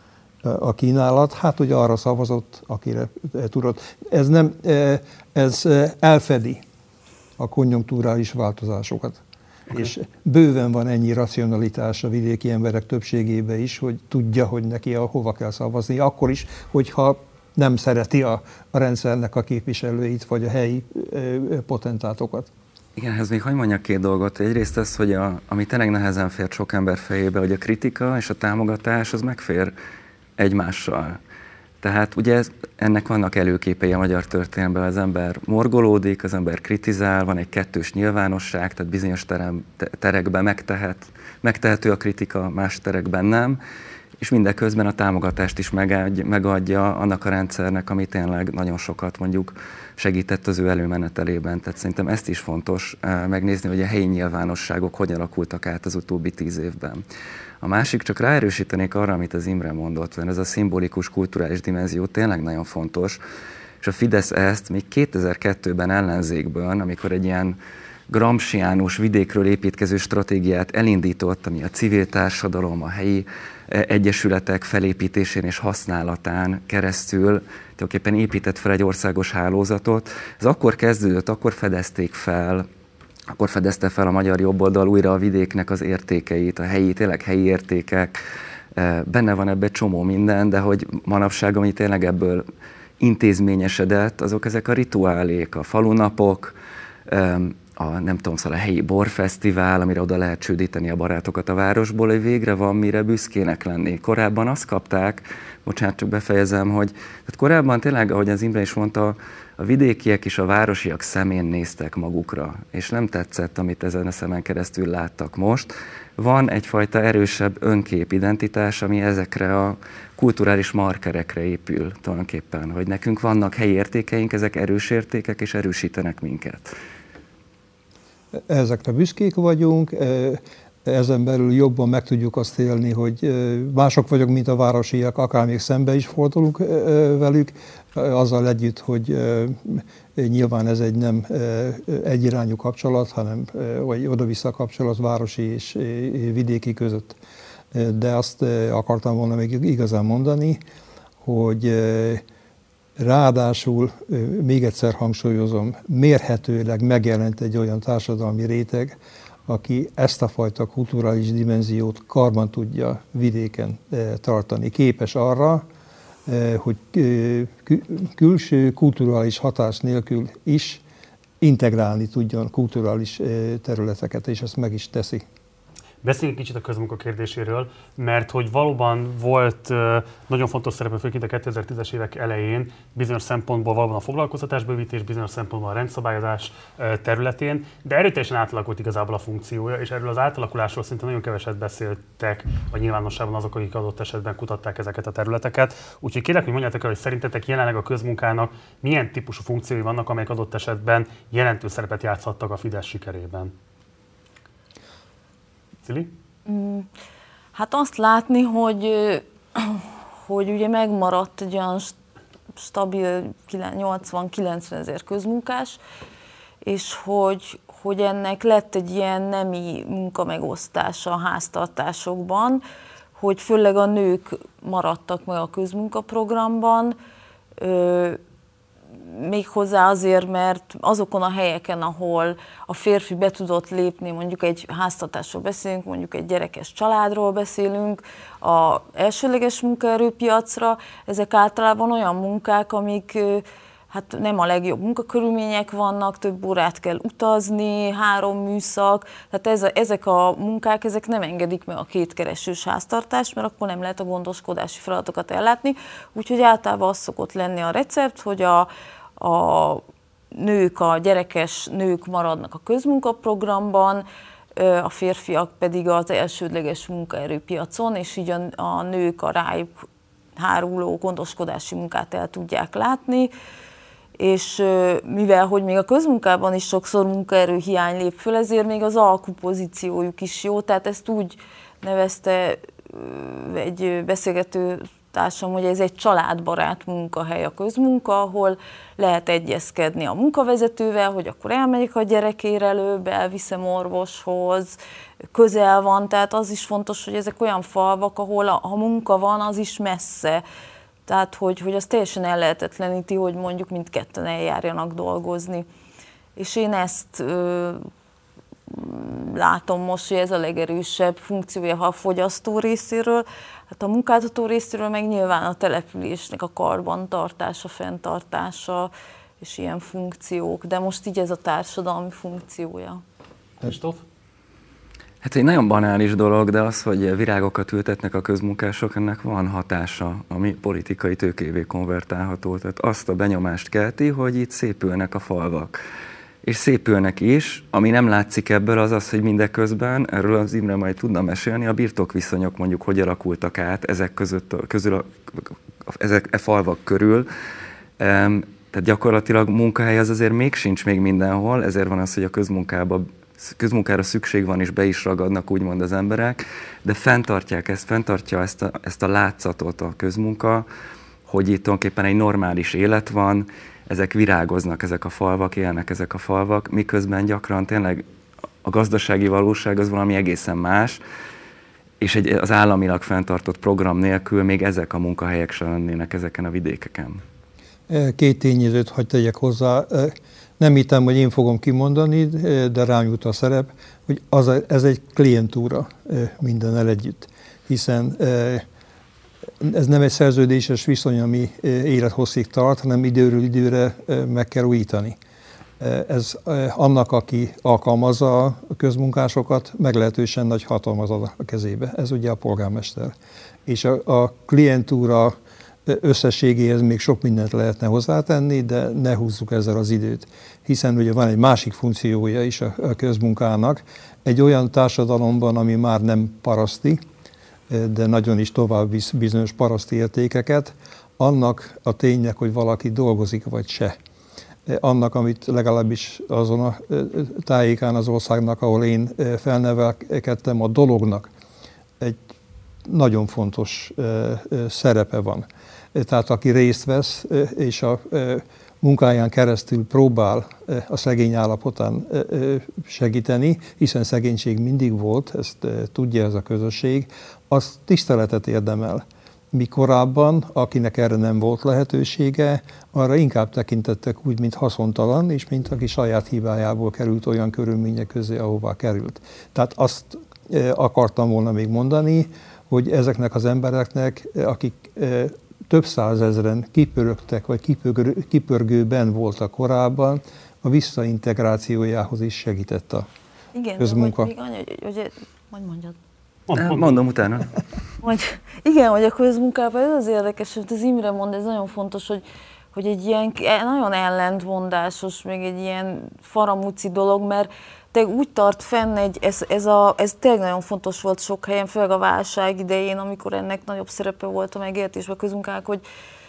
a kínálat, hát ugye arra szavazott, akire tudott. Ez, nem, ez elfedi a konjunkturális változásokat. Okay. És bőven van ennyi racionalitás a vidéki emberek többségében is, hogy tudja, hogy neki a hova kell szavazni, akkor is, hogyha nem szereti a, a rendszernek a képviselőit, vagy a helyi ö, potentátokat. Igen, ehhez még hadd mondjak két dolgot. Egyrészt az, hogy a, ami tényleg nehezen fér sok ember fejébe, hogy a kritika és a támogatás az megfér egymással. Tehát ugye ez, ennek vannak előképei a magyar történelemben, az ember morgolódik, az ember kritizál, van egy kettős nyilvánosság, tehát bizonyos terem, terekben megtehet, megtehető a kritika, más terekben nem, és mindeközben a támogatást is megadja, megadja annak a rendszernek, ami tényleg nagyon sokat mondjuk segített az ő előmenetelében. Tehát szerintem ezt is fontos megnézni, hogy a helyi nyilvánosságok hogyan alakultak át az utóbbi tíz évben. A másik, csak ráerősítenék arra, amit az Imre mondott, mert ez a szimbolikus kulturális dimenzió tényleg nagyon fontos, és a Fidesz ezt még kétezer-kettőben ellenzékből, amikor egy ilyen gramsciánus vidékről építkező stratégiát elindított, ami a civil társadalom, a helyi egyesületek felépítésén és használatán keresztül tulajdonképpen épített fel egy országos hálózatot. Ez akkor kezdődött, akkor fedezték fel, akkor fedezte fel a magyar jobboldal újra a vidéknek az értékeit, a helyi, tényleg helyi értékek. Benne van ebben csomó minden, de hogy manapság, ami tényleg ebből intézményesedett, azok ezek a rituálék, a falunapok, a nem tudom, szóval a helyi borfesztivál, amire oda lehet csődíteni a barátokat a városból, hogy végre van mire büszkének lenni. Korábban azt kapták, bocsánat, csak befejezem, hogy tehát korábban tényleg, ahogy az Imre is mondta, a vidékiek és a városiak szemén néztek magukra, és nem tetszett, amit ezen a szemen keresztül láttak most. Van egyfajta erősebb önkép identitás, ami ezekre a kulturális markerekre épül tulajdonképpen, hogy nekünk vannak helyi értékeink, ezek erős értékek, és erősítenek minket. Ezekre büszkék vagyunk, ezen belül jobban meg tudjuk azt élni, hogy mások vagyunk, mint a városiak, akár még szembe is fordulunk velük, azzal együtt, hogy nyilván ez egy nem egyirányú kapcsolat, hanem vagy oda-vissza kapcsolat városi és vidéki között. De azt akartam volna még igazán mondani, hogy ráadásul, még egyszer hangsúlyozom, mérhetőleg megjelent egy olyan társadalmi réteg, aki ezt a fajta kulturális dimenziót karban tudja vidéken tartani. Képes arra, hogy külső kulturális hatás nélkül is integrálni tudjon kulturális területeket, és ezt meg is teszi. Beszéljünk kicsit a közmunka kérdéséről, mert hogy valóban volt nagyon fontos szerepe, főként a kétezer-tízes évek elején bizonyos szempontból valóban a foglalkoztatásbővítés, bizonyos szempontból a rendszabályozás területén, de erőteljesen átalakult igazából a funkciója, és erről az átalakulásról szinte nagyon keveset beszéltek a nyilvánosságban azok, akik adott esetben kutatták ezeket a területeket. Úgyhogy kérlek, hogy mondjátok el, hogy szerintetek jelenleg a közmunkának milyen típusú funkciói vannak, amelyek adott esetben jelentős szerepet játszhattak a Fidesz sikerében. Cili? Hát azt látni, hogy, hogy ugye megmaradt egy olyan stabil nyolcvan-kilencven ezer közmunkás, és hogy, hogy ennek lett egy ilyen nemi munkamegosztása a háztartásokban, hogy főleg a nők maradtak meg a közmunkaprogramban, Méghozzá azért, mert azokon a helyeken, ahol a férfi be tudott lépni, mondjuk egy háztartásról beszélünk, mondjuk egy gyerekes családról beszélünk, az elsődleges munkaerőpiacra, ezek általában olyan munkák, amik hát nem a legjobb munkakörülmények vannak, több órát kell utazni, három műszak, tehát ez a, ezek a munkák, ezek nem engedik meg a kétkeresős háztartást, mert akkor nem lehet a gondoskodási feladatokat ellátni, úgyhogy általában az szokott lenni a recept, hogy a, a nők, a gyerekes nők maradnak a közmunkaprogramban, a férfiak pedig az elsődleges munkaerőpiacon, és így a, a nők a rájuk háruló gondoskodási munkát el tudják látni, és mivel, hogy még a közmunkában is sokszor munkaerő hiány lép föl, ezért még az alkupozíciójuk is jó, tehát ezt úgy nevezte egy beszélgető társam, hogy ez egy családbarát munkahely a közmunka, ahol lehet egyezkedni a munkavezetővel, hogy akkor elmegyek a gyerekérelőbe, elviszem orvoshoz, közel van, tehát az is fontos, hogy ezek olyan falvak, ahol a, ha munka van, az is messze. Tehát, hogy, hogy az teljesen ellehetetleníti, hogy mondjuk mindketten eljárjanak dolgozni. És én ezt ö, látom most, hogy ez a legerősebb funkciója a fogyasztó részéről. Hát a munkáltató részéről meg nyilván a településnek a karbantartása, fenntartása és ilyen funkciók. De most így ez a társadalmi funkciója. Kristóf? Hát egy nagyon banális dolog, de az, hogy virágokat ültetnek a közmunkások, ennek van hatása, ami politikai tőkévé konvertálható. Tehát azt a benyomást kelti, hogy itt szépülnek a falvak. És szépülnek is, ami nem látszik ebből, az az, hogy mindeközben, erről az Imre majd tudna mesélni, a birtokviszonyok mondjuk hogy alakultak át ezek között, közül a, ezek a falvak körül. Tehát gyakorlatilag munkahely az azért még sincs még mindenhol, ezért van az, hogy a közmunkában közmunkára szükség van, és be is ragadnak úgymond az emberek, de fenntartják ezt, fenntartja ezt a, ezt a látszatot a közmunka, hogy itt tulajdonképpen egy normális élet van, ezek virágoznak, ezek a falvak, élnek ezek a falvak, miközben gyakran tényleg a gazdasági valóság az valami egészen más, és egy, az államilag fenntartott program nélkül még ezek a munkahelyek sem lennének ezeken a vidékeken. Két tényezőt hadd tegyek hozzá. Nem hittem, hogy én fogom kimondani, de rám jut a szerep, hogy az a, ez egy klientúra mindennel együtt, hiszen ez nem egy szerződéses viszony, ami élethosszig tart, hanem időről időre meg kell újítani. Ez annak, aki alkalmazza a közmunkásokat, meglehetősen nagy hatalmat ad a kezébe. Ez ugye a polgármester. És a, a klientúra összességéhez még sok mindent lehetne hozzátenni, de ne húzzuk ezzel az időt. Hiszen ugye van egy másik funkciója is a közmunkának, egy olyan társadalomban, ami már nem paraszti, de nagyon is tovább visz bizonyos paraszti értékeket, annak a ténynek, hogy valaki dolgozik vagy se. Annak, amit legalábbis azon a tájékán az országnak, ahol én felnevelkedtem, a dolognak egy nagyon fontos szerepe van. Tehát aki részt vesz, és a munkáján keresztül próbál a szegény állapotán segíteni, hiszen szegénység mindig volt, ezt tudja ez a közösség, az tiszteletet érdemel. Mi korábban, akinek erre nem volt lehetősége, arra inkább tekintettek úgy, mint haszontalan, és mint aki saját hibájából került olyan körülmények közé, ahová került. Tehát azt akartam volna még mondani, hogy ezeknek az embereknek, akik több százezren kipörögtek, vagy kipörgő, kipörgőben voltak korábban, a visszaintegrációjához is segített a igen, közmunka. Igen, hogy, hogy, hogy, majd mondjad. Mondom, mondom utána. Hogy, igen, hogy a közmunkában ez az érdekes, hogy az Imre mond, ez nagyon fontos, hogy, hogy egy ilyen nagyon ellentmondásos, még egy ilyen faramúci dolog, mert te úgy tart fenn, egy, ez, ez, a, ez tényleg nagyon fontos volt sok helyen, főleg a válság idején, amikor ennek nagyobb szerepe volt a megértésben a közmunkák, hogy,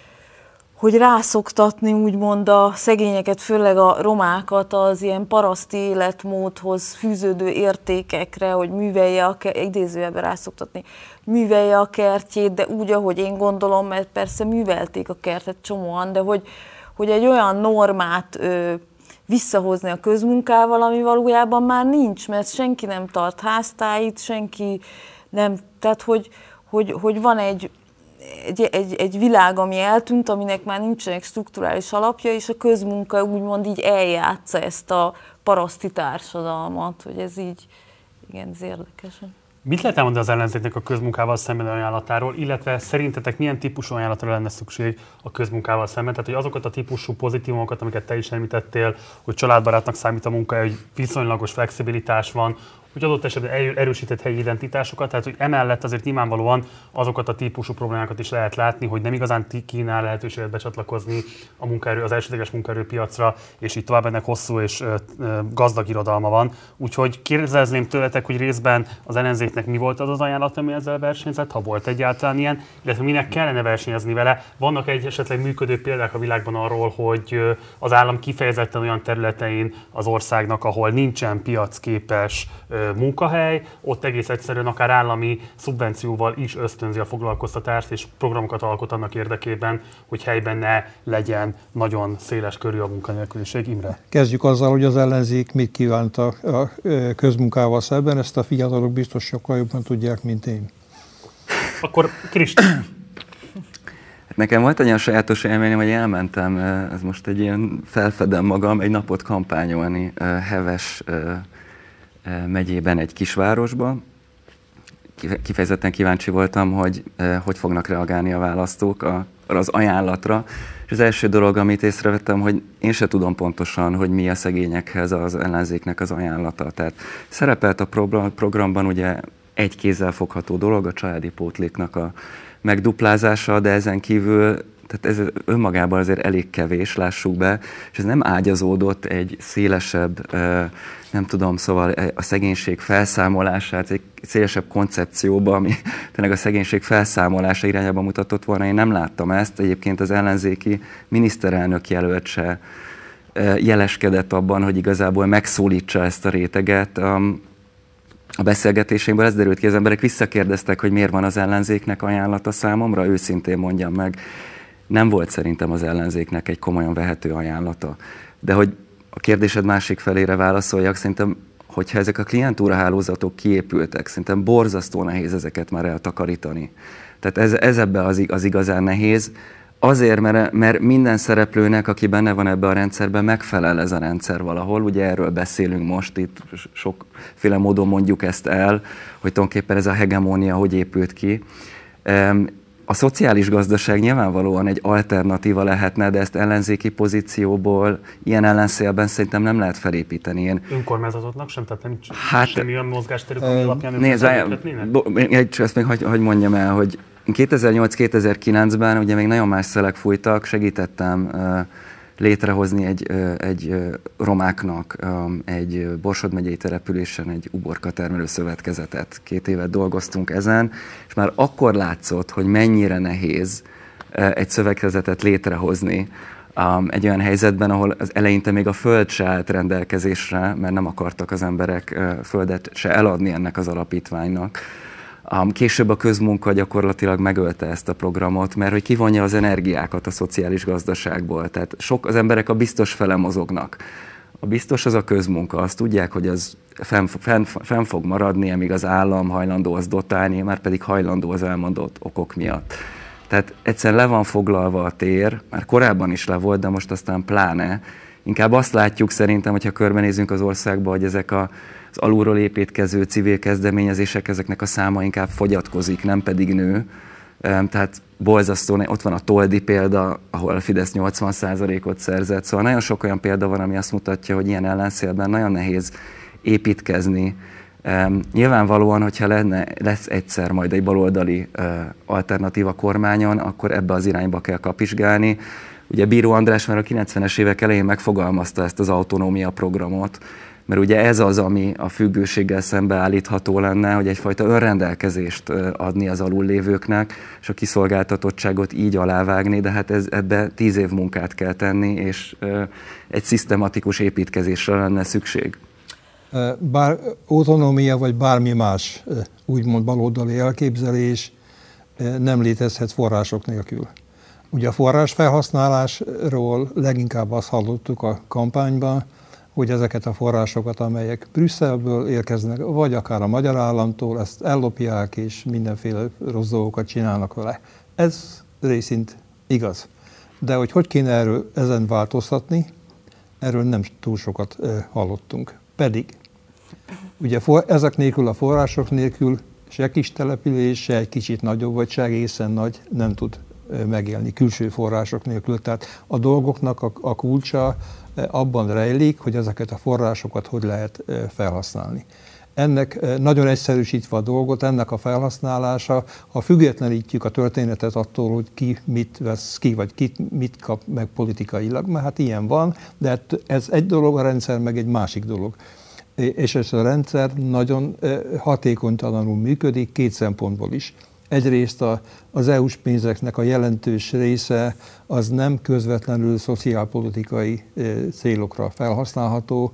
hogy rászoktatni úgymond a szegényeket, főleg a romákat az ilyen paraszti életmódhoz fűződő értékekre, hogy művelje a kertjét, idézőjelben rászoktatni, művelje a kertjét, de úgy, ahogy én gondolom, mert persze művelték a kertet csomóan, de hogy, hogy egy olyan normát ö, visszahozni a közmunkával, ami valójában már nincs, mert senki nem tart háztáit, senki nem, tehát hogy, hogy, hogy van egy, egy, egy, egy világ, ami eltűnt, aminek már nincsenek strukturális alapja, és a közmunka úgymond így eljátsza ezt a paraszti társadalmat, hogy ez így, igen, ez érdekes. Mit lehet elmondani az ellenzéknek a közmunkával szemben ajánlatáról, illetve szerintetek milyen típusú ajánlatra lenne szükség a közmunkával szemben? Tehát, hogy azokat a típusú pozitívumokat, amiket te is említettél, hogy családbarátnak számít a munka, hogy viszonylagos flexibilitás van, hogy adott esetben erősített helyi identitásokat, tehát hogy emellett azért nyilvánvalóan azokat a típusú problémákat is lehet látni, hogy nem igazán kínál lehetőséget becsatlakozni a munkaerő, az elsődleges munkaerőpiacra, és így tovább ennek hosszú és gazdag irodalma van. Úgyhogy kérdezném tőletek, hogy részben az ellenzéknek mi volt az az ajánlat, ami ezzel versenyzett, ha volt egyáltalán ilyen, illetve minek kellene versenyezni vele. Vannak egy esetleg működő példák a világban arról, hogy az állam kifejezetten olyan területein az országnak, ahol nincsen piacképes munkahely, ott egész egyszerűen akár állami szubvencióval is ösztönzi a foglalkoztatást, és programokat alkot annak érdekében, hogy helyben ne legyen nagyon széles körű a munkanélküliség. Imre? Kezdjük azzal, hogy az ellenzék mit kívánt a, a közmunkával szemben, ezt a fiatalok biztos sokkal jobban tudják, mint én. Akkor Kristóf. Nekem volt egy olyan sajátos élményem, hogy elmentem, ez most egy ilyen felfedem magam, egy napot kampányolni Heves megyében egy kisvárosba. Kifejezetten kíváncsi voltam, hogy hogy fognak reagálni a választók az ajánlatra. És az első dolog, amit észrevettem, hogy én se tudom pontosan, hogy mi a szegényekhez az ellenzéknek az ajánlata. Tehát szerepelt a programban ugye egy kézzel fogható dolog, a családi pótléknak a megduplázása, de ezen kívül tehát ez önmagában azért elég kevés, lássuk be, és ez nem ágyazódott egy szélesebb, nem tudom, szóval a szegénység felszámolását, egy szélesebb koncepcióba, ami tényleg a szegénység felszámolása irányába mutatott volna. Én nem láttam ezt, egyébként az ellenzéki miniszterelnök jelölt se jeleskedett abban, hogy igazából megszólítsa ezt a réteget. A beszélgetéseinkből ez derült ki, az emberek visszakérdeztek, hogy miért van az ellenzéknek ajánlata számomra, őszintén mondjam meg. Nem volt szerintem az ellenzéknek egy komolyan vehető ajánlata. De hogy a kérdésed másik felére válaszoljak, szerintem, hogyha ezek a klientúra hálózatok kiépültek, szerintem borzasztó nehéz ezeket már eltakarítani. Tehát ez, ez ebbe az, az igazán nehéz. Azért, mert, mert minden szereplőnek, aki benne van ebbe a rendszerben, megfelel ez a rendszer valahol. Ugye erről beszélünk most, itt sokféle módon mondjuk ezt el, hogy tulajdonképpen ez a hegemónia hogy épült ki. A szociális gazdaság nyilvánvalóan egy alternatíva lehetne, de ezt ellenzéki pozícióból, ilyen ellenszélben szerintem nem lehet felépíteni. Én... Önkormányzatoknak sem? Tehát nem hát, semmi olyan mozgásterük, ami alapján ők nézd, ezt még hogy, hogy mondjam el, hogy kétezer-nyolc-kétezer-kilencben ugye még nagyon más szelek fújtak, segítettem uh, létrehozni egy, uh, egy uh, romáknak um, egy uh, Borsod megyei településen egy uborka termelő szövetkezetet. Két évet dolgoztunk ezen, és már akkor látszott, hogy mennyire nehéz uh, egy szövetkezetet létrehozni um, egy olyan helyzetben, ahol az eleinte még a föld se állt rendelkezésre, mert nem akartak az emberek uh, földet se eladni ennek az alapítványnak. Később a közmunka gyakorlatilag megölte ezt a programot, mert hogy kivonja az energiákat a szociális gazdaságból. Tehát sok, az emberek a biztos fele mozognak. A biztos az a közmunka, azt tudják, hogy az fenn, fenn, fenn fog maradni, amíg az állam hajlandó az dotálni, már pedig hajlandó az elmondott okok miatt. Tehát egyszerűen le van foglalva a tér, már korábban is le volt, de most aztán pláne. Inkább azt látjuk szerintem, hogyha körbenézünk az országba, hogy ezek a az alulról építkező civil kezdeményezések, ezeknek a száma inkább fogyatkozik, nem pedig nő. Tehát borzasztó, ott van a Toldi példa, ahol a Fidesz nyolcvan százalékot szerzett. Szóval nagyon sok olyan példa van, ami azt mutatja, hogy ilyen ellenszélben nagyon nehéz építkezni. Nyilvánvalóan, hogyha lenne, lesz egyszer majd egy baloldali alternatíva kormányon, akkor ebbe az irányba kell kapizsgálni. Ugye Bíró András már a kilencvenes évek elején megfogalmazta ezt az autonómia programot, mert ugye ez az, ami a függőséggel szembeállítható lenne, hogy egyfajta önrendelkezést adni az alullévőknek, és a kiszolgáltatottságot így alávágni, de hát ez, ebbe tíz év munkát kell tenni, és egy szisztematikus építkezésre lenne szükség. Bár autonómia vagy bármi más úgymond baloldali elképzelés nem létezhet források nélkül. Ugye a forrásfelhasználásról leginkább azt hallottuk a kampányban, hogy ezeket a forrásokat, amelyek Brüsszelből érkeznek, vagy akár a magyar államtól, ezt ellopják és mindenféle rossz dolgokat csinálnak vele. Ez részint igaz. De hogy hogy kéne erről ezen változtatni, erről nem túl sokat hallottunk. Pedig ugye ezek nélkül, a források nélkül se kis település, se egy kicsit nagyobb, vagy se egészen nagy nem tud megélni külső források nélkül. Tehát a dolgoknak a, a kulcsa abban rejlik, hogy ezeket a forrásokat hogy lehet felhasználni. Ennek nagyon egyszerűsítve a dolgot, ennek a felhasználása, ha függetlenítjük a történetet attól, hogy ki mit vesz ki, vagy ki mit kap meg politikailag, mert hát ilyen van, de ez egy dolog, a rendszer meg egy másik dolog. És ez a rendszer nagyon hatékonytalanul működik két szempontból is. Egyrészt a, az é u-s pénzeknek a jelentős része az nem közvetlenül szociálpolitikai célokra felhasználható,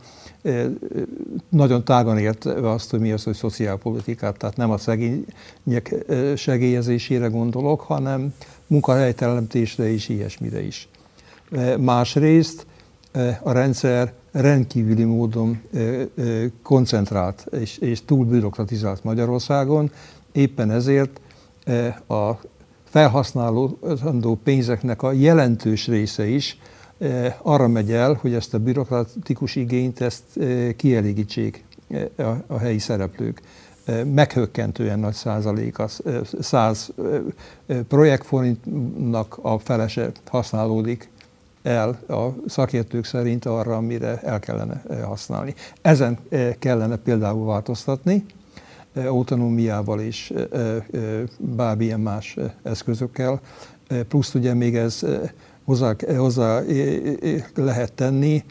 nagyon tágan értve azt, hogy mi az, hogy szociálpolitikát, tehát nem a szegények segélyezésére gondolok, hanem munkahelyteremtésre és ilyesmire is. Másrészt a rendszer rendkívüli módon koncentrált és, és túl bürokratizált Magyarországon, éppen ezért a felhasználódó pénzeknek a jelentős része is arra megy el, hogy ezt a bürokratikus igényt ezt kielégítsék a helyi szereplők. Meghökkentően nagy százalék, az száz projektforintnak a felese használódik el a szakértők szerint arra, amire el kellene használni. Ezen kellene például változtatni, autonómiával és bármilyen más eszközökkel, plusz ugye még ez hozzá, hozzá lehet tenni,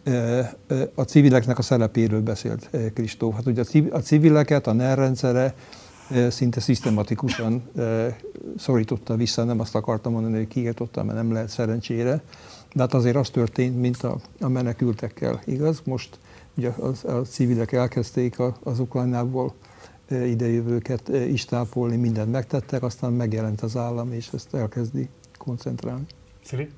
a civileknek a szerepéről beszélt Kristóf. Hát ugye a civileket a NER rendszere szinte szisztematikusan szorította vissza, nem azt akartam mondani, hogy kiirtotta, mert nem lehet szerencsére, de hát azért az történt, mint a, a menekültekkel, igaz? Most ugye a, a civilek elkezdték a, az Ukrajnából idejövőket is tápolni, mindent megtettek, aztán megjelent az állam, és ezt elkezdi koncentrálni. Szili?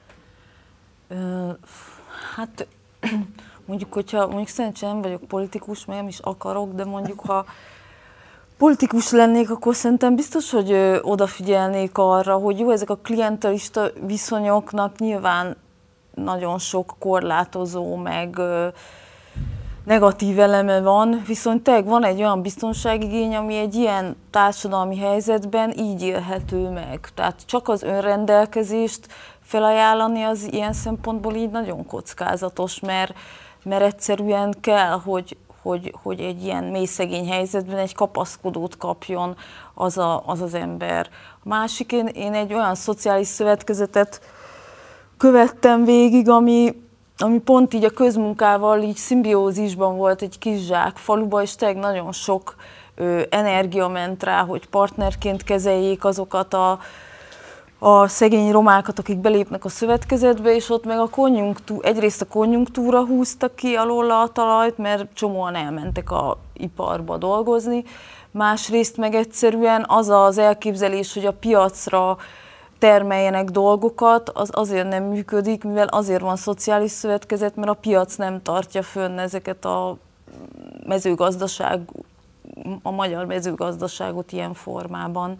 Hát mondjuk, hogyha mondjuk szerintem nem vagyok politikus, mert nem is akarok, de mondjuk, ha politikus lennék, akkor szerintem biztos, hogy ö, odafigyelnék arra, hogy jó, ezek a klientelista viszonyoknak nyilván nagyon sok korlátozó, meg ö, negatív eleme van, viszont tényleg van egy olyan biztonságigény, ami egy ilyen társadalmi helyzetben így élhető meg. Tehát csak az önrendelkezést felajánlani az ilyen szempontból így nagyon kockázatos, mert, mert egyszerűen kell, hogy, hogy, hogy egy ilyen mély szegény helyzetben egy kapaszkodót kapjon az a, az, az ember. A másik, én, én egy olyan szociális szövetkezetet követtem végig, ami ami pont így a közmunkával így szimbiózisban volt egy kis zsák faluba, és tényleg nagyon sok ö, energia ment rá, hogy partnerként kezeljék azokat a, a szegény romákat, akik belépnek a szövetkezetbe, és ott meg a konjunktúra, egyrészt a konjunktúra húzta ki alól a talajt, mert csomóan elmentek a iparba dolgozni, másrészt meg egyszerűen az az elképzelés, hogy a piacra termeljenek dolgokat, az azért nem működik, mivel azért van szociális szövetkezet, mert a piac nem tartja fönn ezeket a mezőgazdaság, a magyar mezőgazdaságot ilyen formában.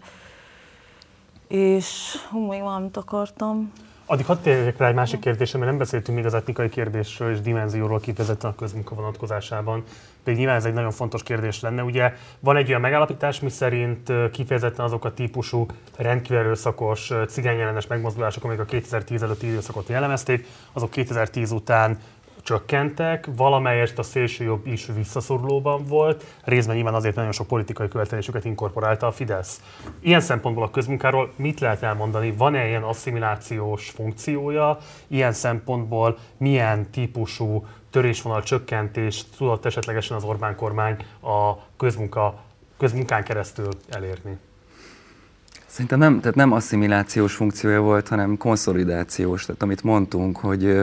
És hú, még valamit akartam. Addig hadd térjek rá egy másik kérdésre, mert nem beszéltünk még az etnikai kérdésről és dimenzióról kifejezetten a közmunka vonatkozásában. Pedig nyilván ez egy nagyon fontos kérdés lenne. Ugye van egy olyan megállapítás, miszerint kifejezetten azok a típusú rendkívül erőszakos cigányellenes megmozdulások, amik a kétezer-tíz előtti időszakot jellemezték, azok kétezer-tíz után csökkentek, valamelyest a szélsőjobb is visszaszorulóban volt, részben nyilván azért nagyon sok politikai követelésüket inkorporálta a Fidesz. Ilyen szempontból a közmunkáról mit lehet elmondani? Van-e ilyen asszimilációs funkciója? Ilyen szempontból milyen típusú törésvonal csökkentést tudott esetlegesen az Orbán kormány a közmunka, közmunkán keresztül elérni? Szerintem nem, tehát nem asszimilációs funkciója volt, hanem konszolidációs. Tehát amit mondtunk, hogy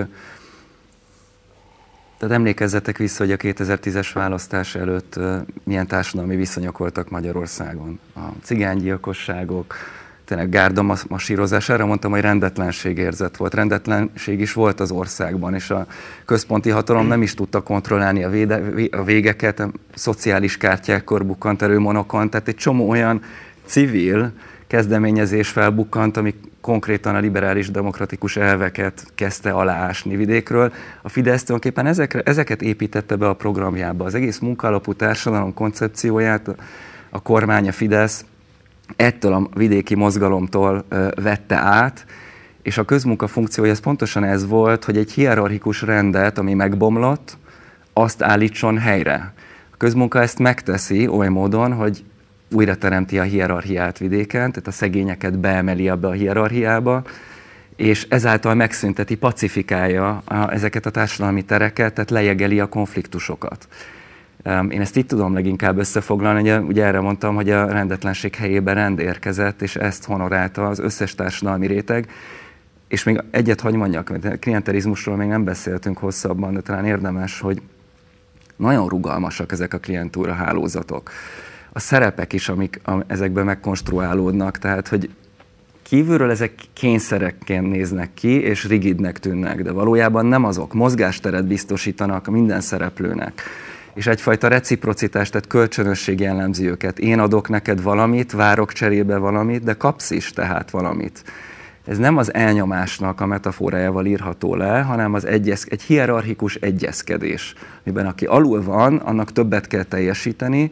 tehát emlékezzetek vissza, hogy a kétezer-tízes választás előtt milyen társadalmi viszonyok voltak Magyarországon. A cigánygyilkosságok, tényleg gárdamasírozás, erre mondtam, hogy rendetlenségérzet volt. Rendetlenség is volt az országban, és a központi hatalom nem is tudta kontrollálni a, véde, a végeket, a szociális kártyákkor bukkant elő monokon, tehát egy csomó olyan civil kezdeményezés felbukkant, ami konkrétan a liberális demokratikus elveket kezdte aláásni vidékről. A Fidesz tulajdonképpen ezekre, ezeket építette be a programjába. Az egész munkaalapú társadalom koncepcióját a kormány, a Fidesz ettől a vidéki mozgalomtól ö, vette át, és a közmunka funkciója ez pontosan ez volt, hogy egy hierarchikus rendet, ami megbomlott, azt állítson helyre. A közmunka ezt megteszi oly módon, hogy újra teremti a hierarchiát vidéken, tehát a szegényeket beemeli abba a hierarchiába, és ezáltal megszünteti, pacifikálja a, ezeket a társadalmi tereket, tehát lejegeli a konfliktusokat. Én ezt így tudom leginkább összefoglalni, ugye, ugye erre mondtam, hogy a rendetlenség helyében rend érkezett, és ezt honorálta az összes társadalmi réteg. És még egyet hagy mondjak, mert a klientelizmusról még nem beszéltünk hosszabban, de talán érdemes, hogy nagyon rugalmasak ezek a klientúra hálózatok. A szerepek is, amik ezekben megkonstruálódnak, tehát hogy kívülről ezek kényszerekként néznek ki, és rigidnek tűnnek, de valójában nem azok. Mozgásteret biztosítanak minden szereplőnek. És egyfajta reciprocitást, tehát kölcsönösség jellemzi őket. Én adok neked valamit, várok cserébe valamit, de kapsz is tehát valamit. Ez nem az elnyomásnak a metaforájával írható le, hanem az egyez, egy hierarchikus egyezkedés, miben aki alul van, annak többet kell teljesíteni.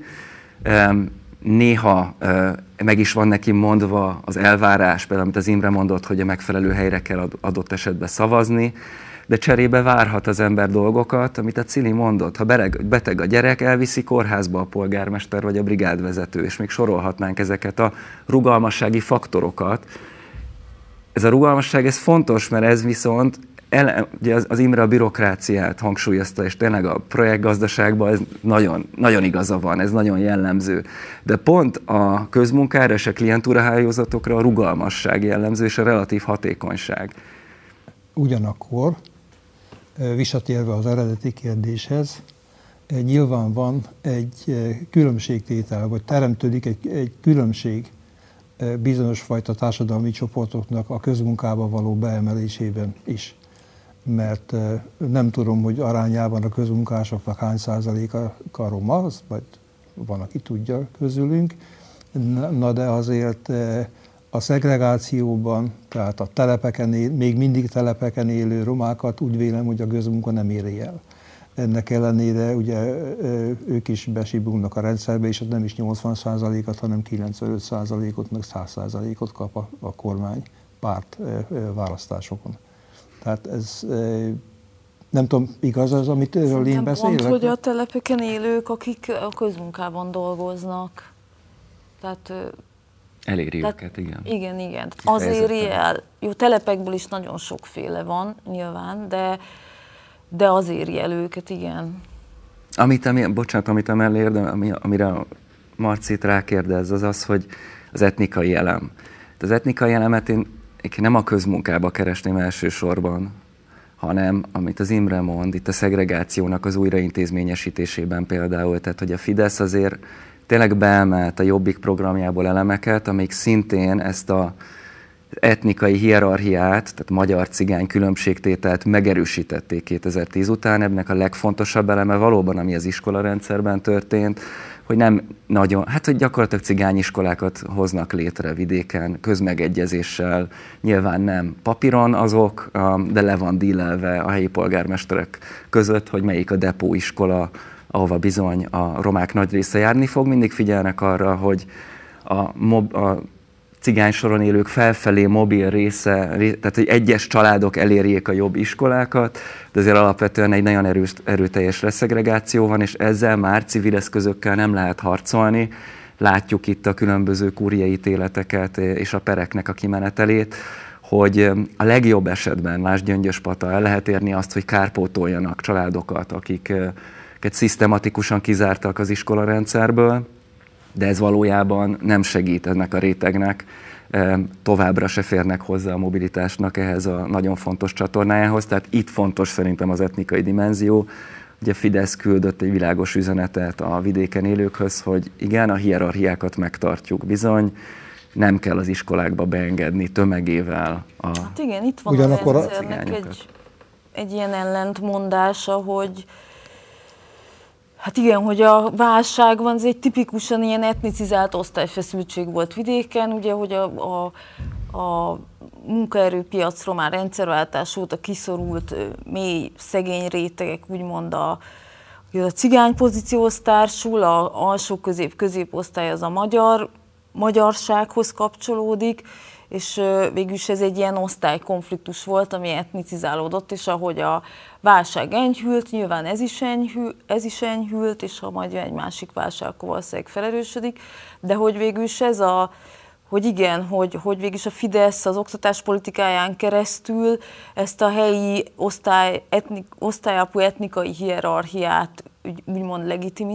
Néha meg is van neki mondva az elvárás, például amit az Imre mondott, hogy a megfelelő helyre kell adott esetben szavazni, de cserébe várhat az ember dolgokat, amit a Cili mondott. Ha beteg a gyerek, elviszi kórházba a polgármester vagy a brigádvezető, és még sorolhatnánk ezeket a rugalmassági faktorokat. Ez a rugalmasság, ez fontos, mert ez viszont, ele, ugye az, az Imre a bürokráciát hangsúlyozta, és tényleg a projektgazdaságban ez nagyon, nagyon igaza van, ez nagyon jellemző. De pont a közmunkára és a klientúrahálózatokra a rugalmasság jellemző, és a relatív hatékonyság. Ugyanakkor, visszatérve az eredeti kérdéshez, nyilván van egy különbségtétel, vagy teremtődik egy, egy különbség bizonyos fajta társadalmi csoportoknak a közmunkába való beemelésében is. Mert nem tudom, hogy arányában a közmunkásoknak hány százaléka a roma, azt majd van, aki tudja közülünk, na de azért a szegregációban, tehát a telepeken él, még mindig telepeken élő romákat úgy vélem, hogy a közmunka nem éri el. Ennek ellenére ugye ők is besibulnak a rendszerbe, és ott nem is nyolcvan százalékot, hanem kilencvenöt százalékot, meg száz százalékot kap a, a kormány párt választásokon. Tehát ez nem tudom, igaz az, amit erről én beszélek? Pont, hogy a telepeken élők, akik a közmunkában dolgoznak. Tehát eléri tehát, őket, igen. Igen, igen. Az éri el. Jó, telepekből is nagyon sokféle van, nyilván, de, de az éri el őket, igen. Amit, ami, bocsánat, amit emellé érdem, ami, amire a Marcit rákérdez, az az, hogy az etnikai elem. Az etnikai elemet én, én nem a közmunkába keresném elsősorban, hanem, amit az Imre mond, itt a szegregációnak az újraintézményesítésében például, tehát hogy a Fidesz azért tényleg beemelt a Jobbik programjából elemeket, amik szintén ezt a etnikai hierarchiát, tehát magyar-cigány különbségtételt megerősítették kétezer-tíz után. Ennek a legfontosabb eleme valóban, ami az iskolarendszerben történt, hogy nem nagyon, hát hogy gyakorlatilag cigányiskolákat hoznak létre vidéken, közmegegyezéssel, nyilván nem papíron azok, de le van dílelve a helyi polgármesterek között, hogy melyik a depóiskola, ahova bizony a romák nagy része járni fog. Mindig figyelnek arra, hogy a, mob, a cigány soron élők felfelé mobil része, tehát hogy egyes családok elérjék a jobb iskolákat, de azért alapvetően egy nagyon erős, erőteljes reszegregáció van, és ezzel már civil eszközökkel nem lehet harcolni. Látjuk itt a különböző kúriai ítéleteket és a pereknek a kimenetelét, hogy a legjobb esetben, más Gyöngyöspata, el lehet érni azt, hogy kárpótoljanak családokat, akiket szisztematikusan kizártak az iskolarendszerből, de ez valójában nem segít ennek a rétegnek, továbbra se férnek hozzá a mobilitásnak ehhez a nagyon fontos csatornájához. Tehát itt fontos szerintem az etnikai dimenzió. Ugye Fidesz küldött egy világos üzenetet a vidéken élőkhöz, hogy igen, a hierarchiákat megtartjuk bizony, nem kell az iskolákba beengedni tömegével a Hát igen, itt van Ugyanakkor a rendszernek egy, egy ilyen ellentmondása, hogy Hát igen, hogy a válság van, ez egy tipikusan ilyen etnicizált osztályfeszültség volt vidéken, ugye, hogy a, a, a munkaerőpiacról már rendszerváltás óta kiszorult mély szegény rétegek, úgymond a, a cigány pozícióhoz társul, a alsó közép középosztály az a magyar, magyarsághoz kapcsolódik, és végül is ez egy ilyen osztálykonfliktus volt, ami etnicizálódott, és ahogy a válság enyhült, nyilván ez is, enyhül, ez is enyhült, és ha majd egy másik válság, akkor valószínűleg felerősödik, de hogy végül is ez a, hogy igen, hogy, hogy végül is a Fidesz az oktatáspolitikáján keresztül ezt a helyi osztály, etnik, osztályalapú etnikai hierarchiát úgymond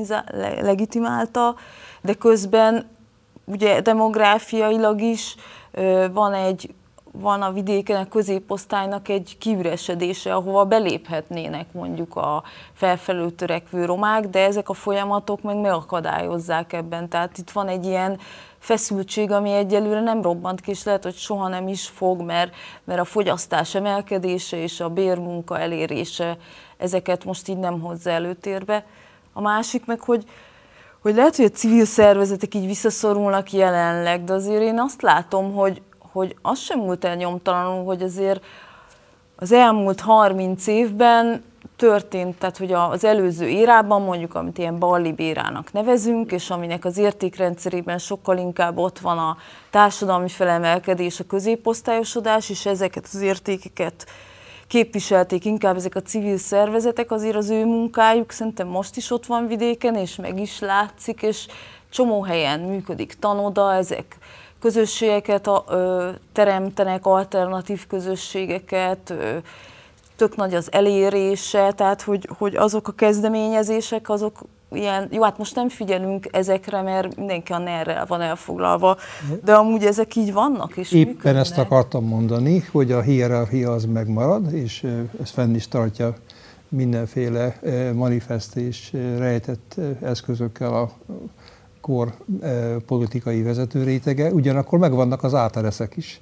legitimálta, de közben ugye demográfiailag is van egy, van a vidéken a középosztálynak egy kiüresedése, ahova beléphetnének mondjuk a felfelé törekvő romák, de ezek a folyamatok meg megakadályozzák ebben. Tehát itt van egy ilyen feszültség, ami egyelőre nem robbant ki, és lehet, hogy soha nem is fog, mert, mert a fogyasztás emelkedése és a bérmunka elérése ezeket most így nem hozza előtérbe. A másik meg, hogy hogy lehet, hogy a civil szervezetek így visszaszorulnak jelenleg, de azért én azt látom, hogy, hogy az sem múlt el nyomtalanul, hogy azért az elmúlt harminc évben történt, tehát hogy az előző érában, mondjuk amit ilyen ballibb érának nevezünk, és aminek az értékrendszerében sokkal inkább ott van a társadalmi felemelkedés, a középosztályosodás, és ezeket az értékeket képviselték inkább ezek a civil szervezetek, azért az ő munkájuk szerintem most is ott van vidéken, és meg is látszik, és csomó helyen működik tanoda, ezek közösségeket ö, teremtenek, alternatív közösségeket, ö, tök nagy az elérése, tehát hogy, hogy azok a kezdeményezések, azok ilyen, jó, hát most nem figyelünk ezekre, mert mindenki a nerrel van elfoglalva, de amúgy ezek így vannak és Éppen működnek. Ezt akartam mondani, hogy a hierarchia az megmarad, és ez fenn is tartja mindenféle manifest és rejtett eszközökkel a kor politikai vezetőrétege, ugyanakkor megvannak az átereszek is,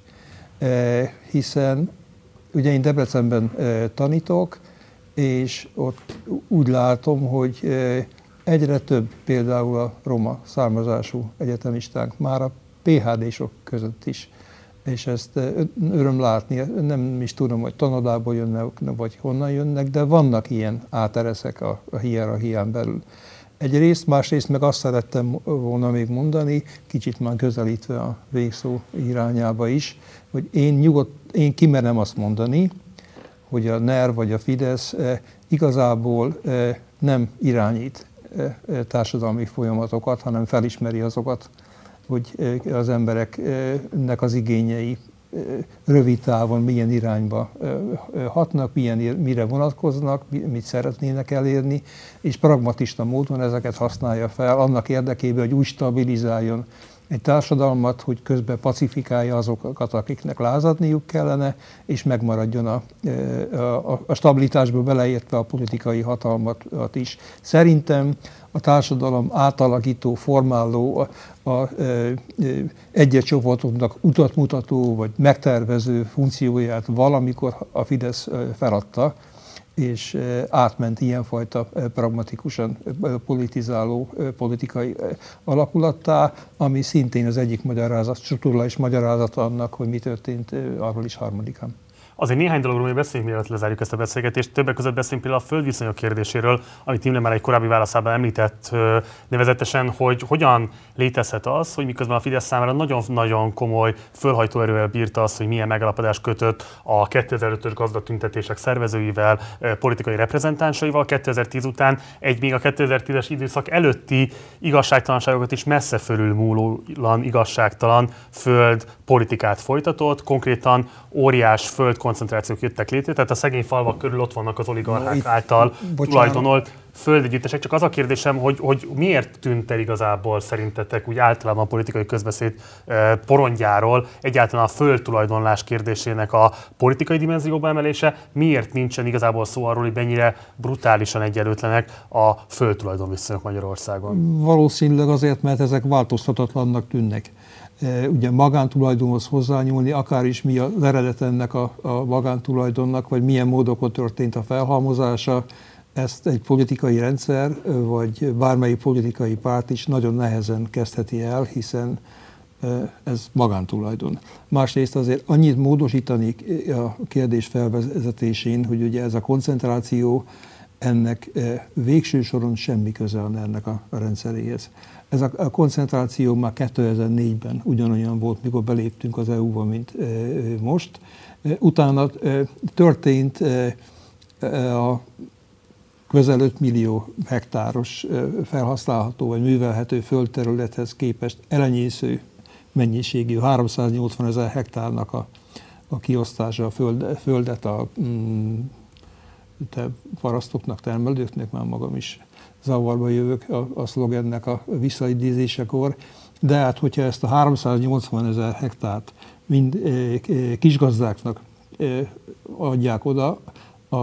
hiszen ugye én Debrecenben tanítok, és ott úgy látom, hogy egyre több például a roma származású egyetemistánk már a pé há dé-sok között is. És ezt öröm látni, nem is tudom, hogy Tanodából jönnek, vagy honnan jönnek, de vannak ilyen átereszek a, a hierarchián belül. Egyrészt, másrészt meg azt szerettem volna még mondani, kicsit már közelítve a végszó irányába is, hogy én nyugodt, én kimerem azt mondani, hogy a NER vagy a Fidesz igazából nem irányít társadalmi folyamatokat, hanem felismeri azokat, hogy az embereknek az igényei rövid távon milyen irányba hatnak, milyen, mire vonatkoznak, mit szeretnének elérni, és pragmatista módon ezeket használja fel annak érdekében, hogy úgy stabilizáljon egy társadalmat, hogy közben pacifikálja azokat, akiknek lázadniuk kellene, és megmaradjon a, a, a stabilitásba beleértve a politikai hatalmat is. Szerintem a társadalom átalakító, formáló, a, a, a, egyes csoportoknak utat mutató vagy megtervező funkcióját valamikor a Fidesz feladta, és átment ilyenfajta pragmatikusan politizáló politikai alakulattá, ami szintén az egyik magyarázat, struktúrális magyarázat annak, hogy mi történt április harmadikán. Azért néhány dologról még beszéljünk, mielőtt lezárjuk ezt a beszélgetést. Többek között beszélünk például a földviszonyok kérdéséről, amit Imre már egy korábbi válaszában említett, nevezetesen, hogy hogyan létezhet az, hogy miközben a Fidesz számára nagyon-nagyon komoly fölhajtóerővel bírta azt, hogy milyen megállapodást kötött a kétezer-ötös gazdatüntetések szervezőivel, politikai reprezentánsaival, kétezer-tíz után egy még a kétezer-tízes időszak előtti igazságtalanságokat is messze fölülmúlóan igazságtalan földpolitikát folytatott, konkrétan óriás föld koncentrációk jöttek létre, tehát a szegény falvak körül ott vannak az oligarchák által tulajdonolt földegyüttesek. Csak az a kérdésem, hogy, hogy miért tűnt el igazából szerintetek úgy általában a politikai közbeszéd porondjáról egyáltalán a földtulajdonlás kérdésének a politikai dimenzióba emelése, miért nincsen igazából szó arról, hogy mennyire brutálisan egyenlőtlenek a földtulajdonviszonyok Magyarországon? Valószínűleg azért, mert ezek változhatatlannak tűnnek. Ugye magántulajdonhoz hozzányúlni, akár is mi az eredet ennek a, a magántulajdonnak, vagy milyen módokon történt a felhalmozása, ezt egy politikai rendszer, vagy bármelyik politikai párt is nagyon nehezen kezdheti el, hiszen ez magántulajdon. Másrészt azért annyit módosítani a kérdés felvezetésén, hogy ugye ez a koncentráció, ennek végső soron semmi köze van ennek a rendszeréhez. Ez a koncentráció már kétezer-négyben ugyanolyan volt, mikor beléptünk az é u-ba, mint most. Utána történt a közel öt millió hektáros felhasználható vagy művelhető földterülethez képest elenyésző mennyiségű háromszáznyolcvanezer hektárnak a, a kiosztása a föld, földet a mm, te parasztoknak, termelőknek, már magam is zavarba jövök a, a szlogennek a visszaidézésekor, de hát hogyha ezt a háromszáznyolcvanezer hektárt mind e, e, kisgazdáknak e, adják oda, a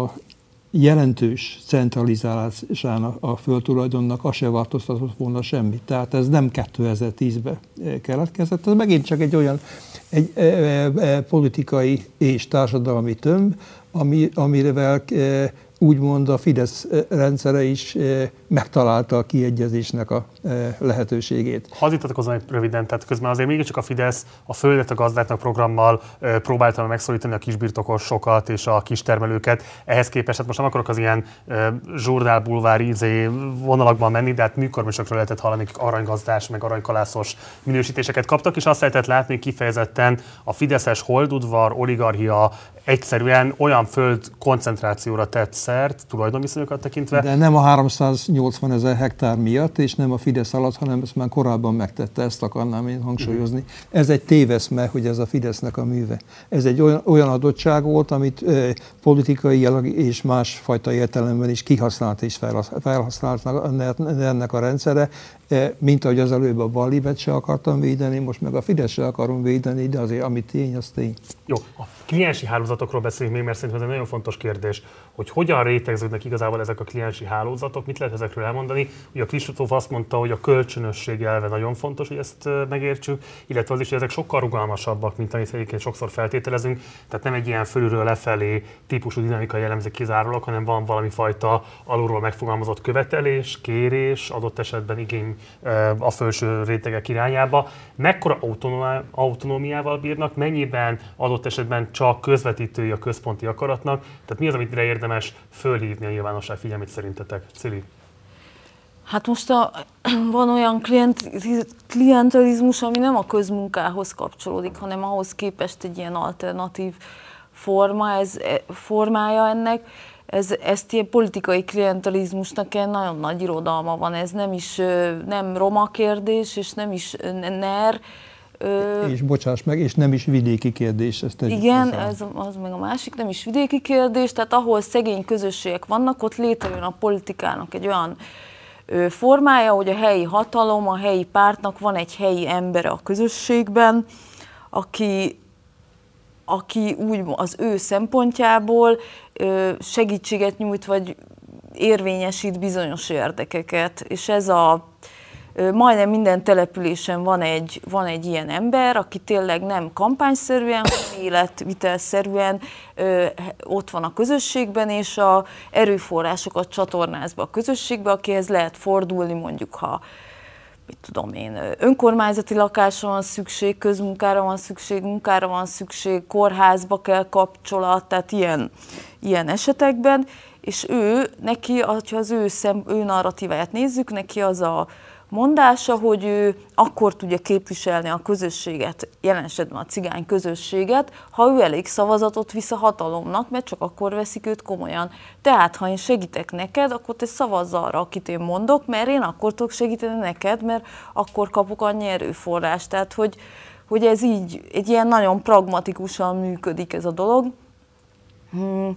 jelentős centralizálásának a földtulajdonnak az se változtatott volna semmit. Tehát ez nem kétezer-tízben keletkezett, ez megint csak egy olyan egy, e, e, politikai és társadalmi tömb, ami, amivel e, úgymond a Fidesz rendszere is megtalálta a kiegyezésnek a lehetőségét. Ha azért röviden, tehát közben azért mégiscsak a Fidesz a Földet a gazdáknak programmal próbálta megszólítani a kisbirtokosokat és a kistermelőket. Ehhez képest, hát most nem akarok az ilyen zsurnál bulvári vonalakban menni, de hát műkormosokról lehetett hallani, akik aranygazdás, meg aranykalászos minősítéseket kaptak, és azt lehetett látni kifejezetten a fideszes holdudvar, oligarchia egyszerűen olyan föld koncentrációra tett szert, tulajdonviszonyokat tekintve. De nem a háromszáznyolcvanezer hektár miatt, és nem a Fidesz alatt, hanem ezt már korábban megtette, ezt akarnám én hangsúlyozni. Uh-huh. Ez egy téveszme, hogy ez a Fidesznek a műve. Ez egy olyan, olyan adottság volt, amit eh, politikailag és másfajta értelemben is kihasznált és felhasználtnak ennek a rendszere, eh, mint ahogy az előbb a Ballibet se akartam védeni, most meg a Fidesz se akarom védeni, de azért ami tény, az tény. Jó, a kliensi hálózatokról beszélünk még, mert szerintem ez egy nagyon fontos kérdés, hogy hogyan rétegződnek igazából ezek a kliensi hálózatok, mit lehet ezekről elmondani. Ugye a Kristóf azt mondta, hogy a kölcsönösség elve nagyon fontos, hogy ezt megértsük, illetve az is, hogy ezek sokkal rugalmasabbak, mint amit egyébként sokszor feltételezünk, tehát nem egy ilyen fölülről lefelé típusú dinamika jellemzik kizárólag, hanem van valami fajta alulról megfogalmazott követelés, kérés, adott esetben igény a felső rétegek irányába. Mekkora autonómiával bírnak, mennyiben adott esetben csak közvetítői a központi akaratnak, tehát mi az, amit érdemes fölhívni a nyilvánosság figyelmét szerintetek? Cili? Hát most a, van olyan klient, klientelizmus, ami nem a közmunkához kapcsolódik, hanem ahhoz képest egy ilyen alternatív forma, ez, formája ennek. Ez, ezt ilyen politikai klientelizmusnak ilyen nagyon nagy irodalma van, ez nem is nem roma kérdés, és nem is ner, És bocsáss meg, és nem is vidéki kérdés. Ezt igen, ez az meg a másik, nem is vidéki kérdés, tehát ahol szegény közösségek vannak, ott létrejön a politikának egy olyan ö, formája, hogy a helyi hatalom, a helyi pártnak van egy helyi embere a közösségben, aki, aki úgy az ő szempontjából ö, segítséget nyújt, vagy érvényesít bizonyos érdekeket, és ez a majdnem minden településen van egy, van egy ilyen ember, aki tényleg nem kampányszerűen, hanem életvitelszerűen ö, ott van a közösségben, és a erőforrásokat csatornáz be a közösségbe, akihez lehet fordulni, mondjuk ha mit tudom én, önkormányzati lakásra van szükség, közmunkára van szükség, munkára van szükség, kórházba kell kapcsolat, tehát ilyen, ilyen esetekben, és ő, neki, ha az ő, szem, ő narratíváját nézzük, neki az a mondása, hogy ő akkor tudja képviselni a közösséget, jelen esetben a cigány közösséget, ha ő elég szavazatot visz a hatalomnak, mert csak akkor veszik őt komolyan. Tehát, ha én segítek neked, akkor te szavazz arra, akit én mondok, mert én akkor tudok segíteni neked, mert akkor kapok annyi erőforrást. Tehát, hogy, hogy ez így, egy ilyen nagyon pragmatikusan működik ez a dolog. Hmm.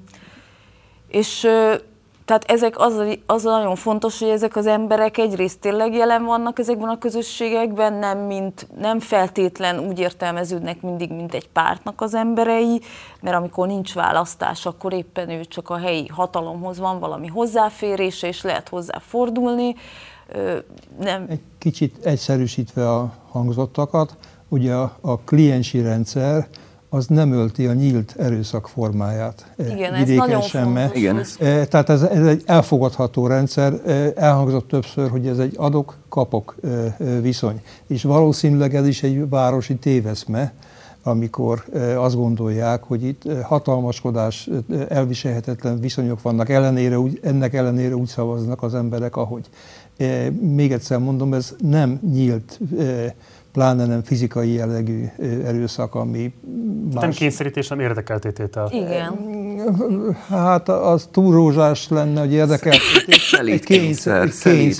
És tehát ezek az, az nagyon fontos, hogy ezek az emberek egyrészt tényleg jelen vannak ezekben a közösségekben, nem, mint, nem feltétlen úgy értelmeződnek mindig, mint egy pártnak az emberei, mert amikor nincs választás, akkor éppen ő csak a helyi hatalomhoz van valami hozzáférése, és lehet hozzá fordulni. Nem. Egy kicsit egyszerűsítve a hangzottakat, ugye a, a kliensi rendszer az nem ölti a nyílt erőszak formáját. Igen, ez vidéken nagyon sem. fontos. Igen. Tehát ez, ez egy elfogadható rendszer. Elhangzott többször, hogy ez egy adok-kapok viszony. És valószínűleg ez is egy városi téveszme, amikor azt gondolják, hogy itt hatalmaskodás, elviselhetetlen viszonyok vannak, ellenére, ennek ellenére úgy szavaznak az emberek, ahogy. Még egyszer mondom, ez nem nyílt, pláne nem fizikai jellegű erőszak, ami más... Nem kényszerítés, nem érdekeltététel. Igen. Hát az túl rózsás lenne, hogy érdekeltétés. Egy kényszer,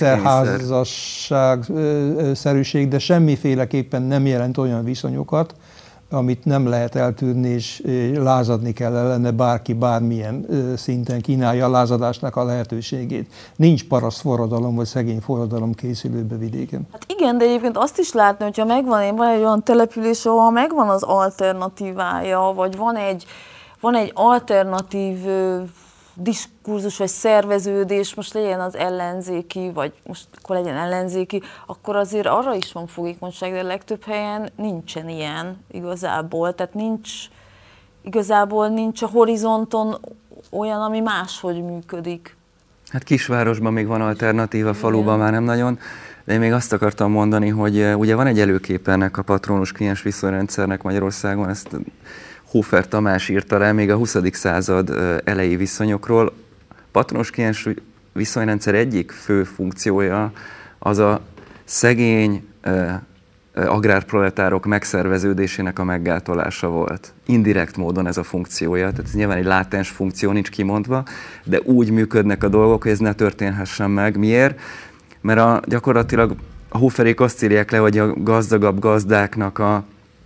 kényszerházasság-szerűség, de semmiféleképpen nem jelent olyan viszonyokat, amit nem lehet eltűrni, és lázadni kell ellene, bárki bármilyen szinten kínálja a lázadásnak a lehetőségét. Nincs paraszt forradalom, vagy szegény forradalom készülőbe vidéken. Hát igen, de egyébként azt is látni, hogyha megvan, van egy olyan település, ahol megvan az alternatívája, vagy van egy, van egy alternatív diskurzus vagy szerveződés, most legyen az ellenzéki, vagy most akkor legyen ellenzéki, akkor azért arra is van fogékonyság, de legtöbb helyen nincsen ilyen igazából. Tehát nincs, igazából nincs a horizonton olyan, ami máshogy működik. Hát kisvárosban még van alternatíva, faluban már nem nagyon. De én még azt akartam mondani, hogy ugye van egy előkép ennek a patronus-kliens viszonyrendszernek Magyarországon, ezt Hofer Tamás írta le még a huszadik század elejé viszonyokról. Patronus-kliens viszonyrendszer egyik fő funkciója az a szegény agrárproletárok megszerveződésének a meggátolása volt. Indirekt módon ez a funkciója, tehát ez nyilván egy látens funkció, nincs kimondva, de úgy működnek a dolgok, hogy ez ne történhessen meg. Miért? Mert a, gyakorlatilag a Hoferék azt írják le, hogy a gazdagabb gazdáknak a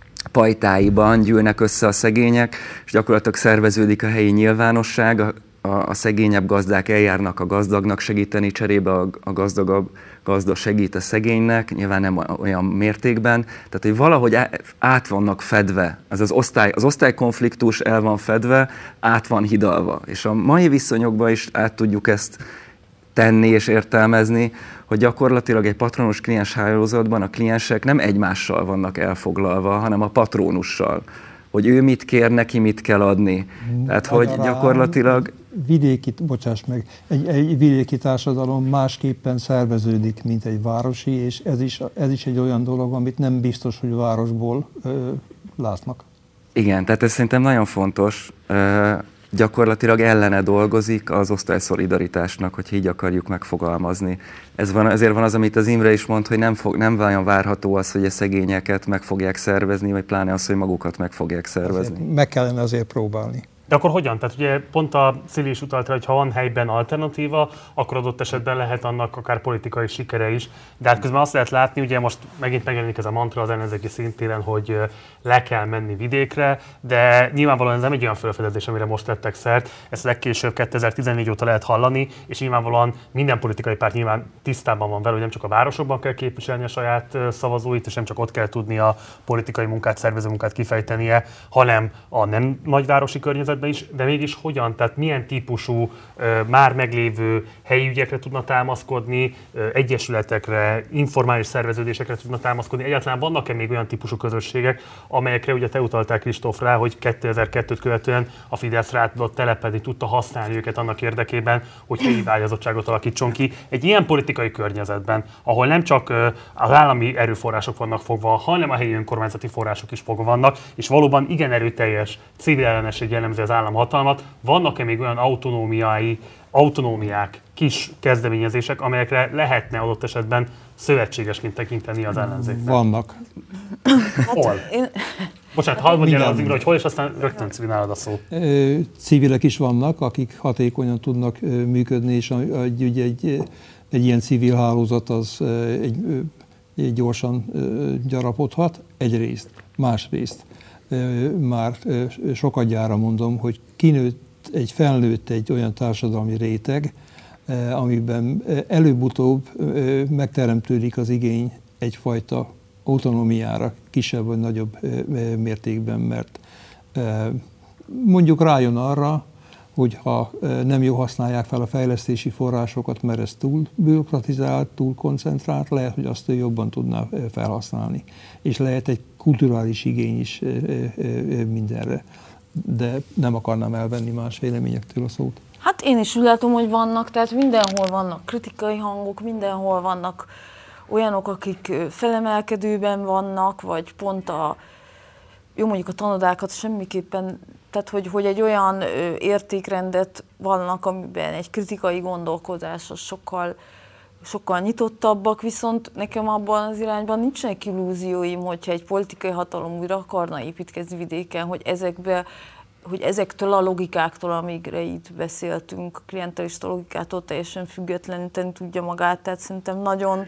pajtáiban gyűlnek össze a szegények, és gyakorlatilag szerveződik a helyi nyilvánosság, a, a, a szegényebb gazdák eljárnak a gazdagnak segíteni, cserébe a, a gazdagabb gazda segít a szegénynek, nyilván nem olyan mértékben, tehát hogy valahogy át vannak fedve, az, az, osztály, az osztálykonfliktus el van fedve, át van hidalva, és a mai viszonyokban is át tudjuk ezt tenni és értelmezni, hogy gyakorlatilag egy patronus-kliens hálózatban a kliensek nem egymással vannak elfoglalva, hanem a patronussal, hogy ő mit kér, neki mit kell adni. Tehát, hogy gyakorlatilag... Vidéki, bocsáss meg, egy, egy vidéki társadalom másképpen szerveződik, mint egy városi, és ez is, ez is egy olyan dolog, amit nem biztos, hogy városból ö, látnak. Igen, tehát ez szerintem nagyon fontos. Ö, gyakorlatilag ellene dolgozik az osztályszolidaritásnak, hogy így akarjuk megfogalmazni. Ez van, ezért van az, amit az Imre is mond, hogy nem, fog, nem olyan várható az, hogy a szegényeket meg fogják szervezni, vagy pláne az, hogy magukat meg fogják szervezni. Azért meg kellene azért próbálni. De akkor hogyan? Tehát ugye pont a Szili is utalt rá, hogy ha van helyben alternatíva, akkor adott esetben lehet annak akár politikai sikere is. De hát közben azt lehet látni, ugye most megint megjelenik ez a mantra az ellenzéki szintéren, hogy le kell menni vidékre, de nyilvánvalóan ez nem egy olyan felfedezés, amire most tettek szert. Ezt legkésőbb kétezer-tizennégy óta lehet hallani, és nyilvánvalóan minden politikai párt nyilván tisztában van vele, hogy nem csak a városokban kell képviselni a saját szavazóit, és nem csak ott kell tudni a politikai munkát, szervező munkát kifejtenie, hanem a nem nagyvárosi környezetben is, de mégis hogyan? Tehát milyen típusú, már meglévő helyi ügyekre tudna támaszkodni, egyesületekre, informális szerveződésekre tudna támaszkodni? Egyáltalán vannak-e még olyan típusú közösségek, amelyekre ugye te utaltál, Kristóf, rá, hogy kétezer-kettőt követően a Fidesz rá tudott telepedni, tudta használni őket annak érdekében, hogy helyi vágyazottságot alakítson ki. Egy ilyen politikai környezetben, ahol nem csak az állami erőforrások vannak fogva, hanem a helyi önkormányzati források is fogva vannak, és valóban igen erőteljes civil ellenesség jellemzi az államhatalmat, vannak-e még olyan autonómiái, autonómiák, kis kezdeményezések, amelyekre lehetne adott esetben szövetségesként tekinteni az ellenzéknek? Vannak. Hol? Én... Bocsánat, hadd mondjál az Imre, hogy hol, és aztán rögtön csinálod a szót. Civilek is vannak, akik hatékonyan tudnak működni, és egy, egy, egy, egy ilyen civil hálózat az egy, egy gyorsan gyarapodhat, egyrészt, másrészt. Már sokadjára mondom, hogy kinőtt, egy felnőtt egy olyan társadalmi réteg, amiben előbb-utóbb megteremtődik az igény egyfajta autonómiára, kisebb vagy nagyobb mértékben, mert mondjuk rájön arra, hogy ha nem jól használják fel a fejlesztési forrásokat, mert ez túl bürokratizált, túl koncentrált, lehet, hogy azt ő jobban tudná felhasználni. És lehet egy kulturális igény is mindenre. De nem akarnám elvenni más véleményektől a szót. Hát én is úgy látom, hogy vannak, tehát mindenhol vannak kritikai hangok, mindenhol vannak olyanok, akik felemelkedőben vannak, vagy pont a, jó mondjuk a tanodákat semmiképpen, tehát hogy, hogy egy olyan ö, értékrendet vannak, amiben egy kritikai gondolkodás az sokkal, sokkal nyitottabbak, viszont nekem abban az irányban nincsenek illúzióim, hogyha egy politikai hatalom újra akarna építkezni vidéken, hogy ezekbe, hogy ezektől a logikáktól, amikre itt beszéltünk, a klientelista logikától teljesen függetleníteni tudja magát, tehát szerintem nagyon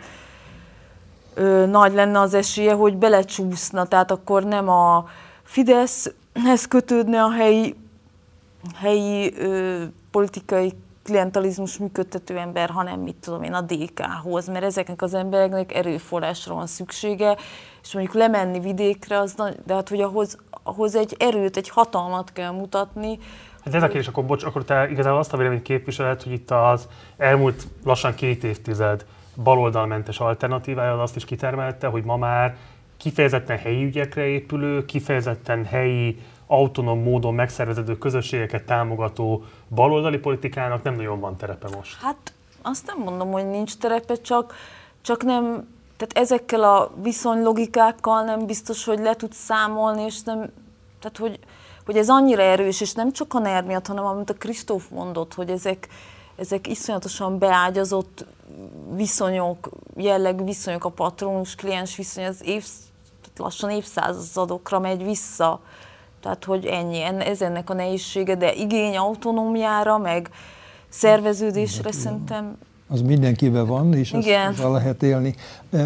ö, nagy lenne az esélye, hogy belecsúszna, tehát akkor nem a Fideszhez kötődne a helyi, helyi ö, politikai klientelizmus működtető ember, hanem mit tudom én, a dé ká-hoz, mert ezeknek az embereknek erőforrásra van szüksége, és mondjuk lemenni vidékre, az nagy, de hát hogy ahhoz, ahhoz egy erőt, egy hatalmat kell mutatni. Hát ez a kérdés, akkor, bocs, akkor te igazából azt a véleményt képviseled, hogy itt az elmúlt lassan két évtized baloldalmentes alternatívája azt is kitermelte, hogy ma már kifejezetten helyi ügyekre épülő, kifejezetten helyi, autonóm módon megszerveződő közösségeket támogató baloldali politikának nem nagyon van terepe most. Hát azt nem mondom, hogy nincs terepe, csak, csak nem, tehát ezekkel a viszonylogikákkal nem biztos, hogy le tudsz számolni, és nem, tehát hogy, hogy ez annyira erős, és nem csak a NER miatt, hanem amit a Kristóf mondott, hogy ezek, ezek iszonyatosan beágyazott viszonyok, jellegű viszonyok, a patronus-kliens viszony, az év, lassan évszázadokra megy vissza. Tehát, hogy ennyi, ez ennek a nehézsége, de igény autonómiára, meg szerveződésre szerintem... Az mindenkiben van, és azzal lehet élni.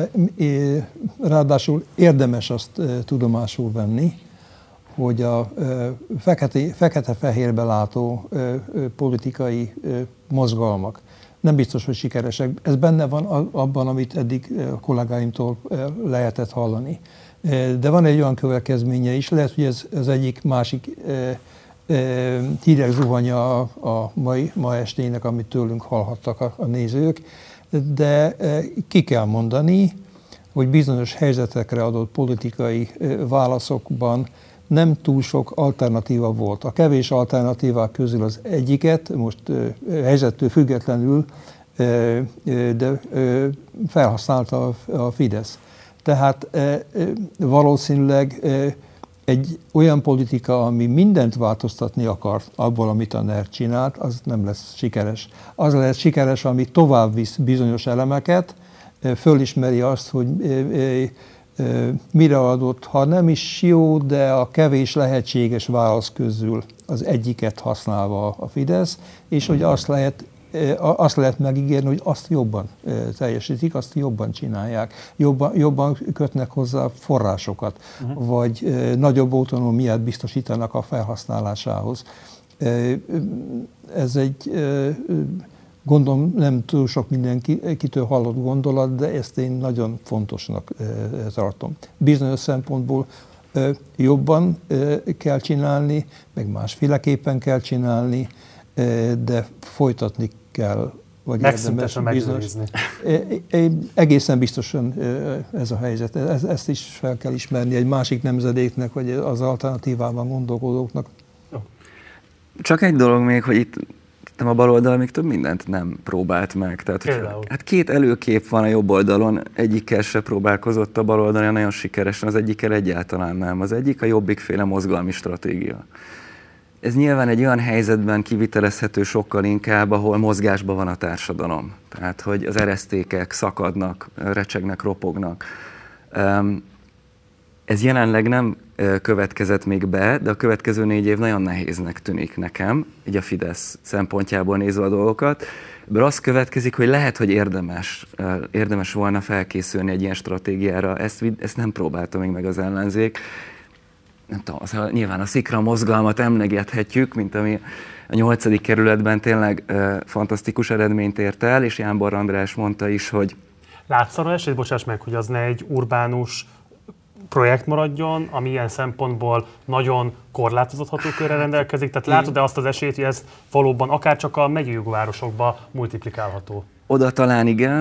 Ráadásul érdemes azt tudomásul venni, hogy a fekete, fekete-fehérbe látó politikai mozgalmak nem biztos, hogy sikeresek. Ez benne van abban, amit eddig a kollégáimtól lehetett hallani. De van egy olyan következménye is, lehet, hogy ez az egyik másik e, e, hírek zuhanya a, a mai, ma estének, amit tőlünk hallhattak a, a nézők, de e, ki kell mondani, hogy bizonyos helyzetekre adott politikai e, válaszokban nem túl sok alternatíva volt. A kevés alternatívák közül az egyiket, most e, helyzettől függetlenül, e, e, de e, felhasználta a, a Fidesz. Tehát e, valószínűleg e, egy olyan politika, ami mindent változtatni akar abból, amit a NER csinált, az nem lesz sikeres. Az lesz sikeres, ami tovább visz bizonyos elemeket, e, fölismeri azt, hogy e, e, e, mire adott, ha nem is jó, de a kevés lehetséges válasz közül az egyiket használva a Fidesz, és hogy azt lehet azt lehet megígérni, hogy azt jobban teljesítik, azt jobban csinálják, jobban, jobban kötnek hozzá forrásokat, uh-huh. vagy nagyobb autonómiát biztosítanak a felhasználásához. Ez egy, gondolom, nem túl sok mindenkitől hallott gondolat, de ezt én nagyon fontosnak tartom. Bizonyos szempontból jobban kell csinálni, meg másféleképpen kell csinálni, de folytatni kell, vagy érdemes megőrizni. Egészen biztosan ez a helyzet. Ezt is fel kell ismerni egy másik nemzedéknek, vagy az alternatívában gondolkodóknak. Csak egy dolog még, hogy itt a baloldal még több mindent nem próbált meg. Tehát, hogy, hát két előkép van a jobb oldalon, egyikkel se próbálkozott a baloldal, nagyon sikeresen, az egyikkel egyáltalán nem. Az egyik a jobbikféle mozgalmi stratégia. Ez nyilván egy olyan helyzetben kivitelezhető sokkal inkább, ahol mozgásban van a társadalom. Tehát, hogy az eresztékek szakadnak, recsegnek, ropognak. Ez jelenleg nem következett még be, de a következő négy év nagyon nehéznek tűnik nekem, így a Fidesz szempontjából nézve a dolgokat. Ebből az következik, hogy lehet, hogy érdemes, érdemes volna felkészülni egy ilyen stratégiára. Ezt, ezt nem próbálta még meg az ellenzék. Nem tudom, szóval nyilván a Szikra mozgalmat emlegethetjük, mint ami a nyolcadik kerületben tényleg uh, fantasztikus eredményt ért el, és Jánbor András mondta is, hogy... Látsz arra esélyt, bocsáss meg, hogy az ne egy urbánus projekt maradjon, ami ilyen szempontból nagyon korlátozott hatókörrel rendelkezik, tehát látod-e azt az esélyt, hogy ez valóban akár csak a megyei jogvárosokba multiplikálható? Oda talán igen,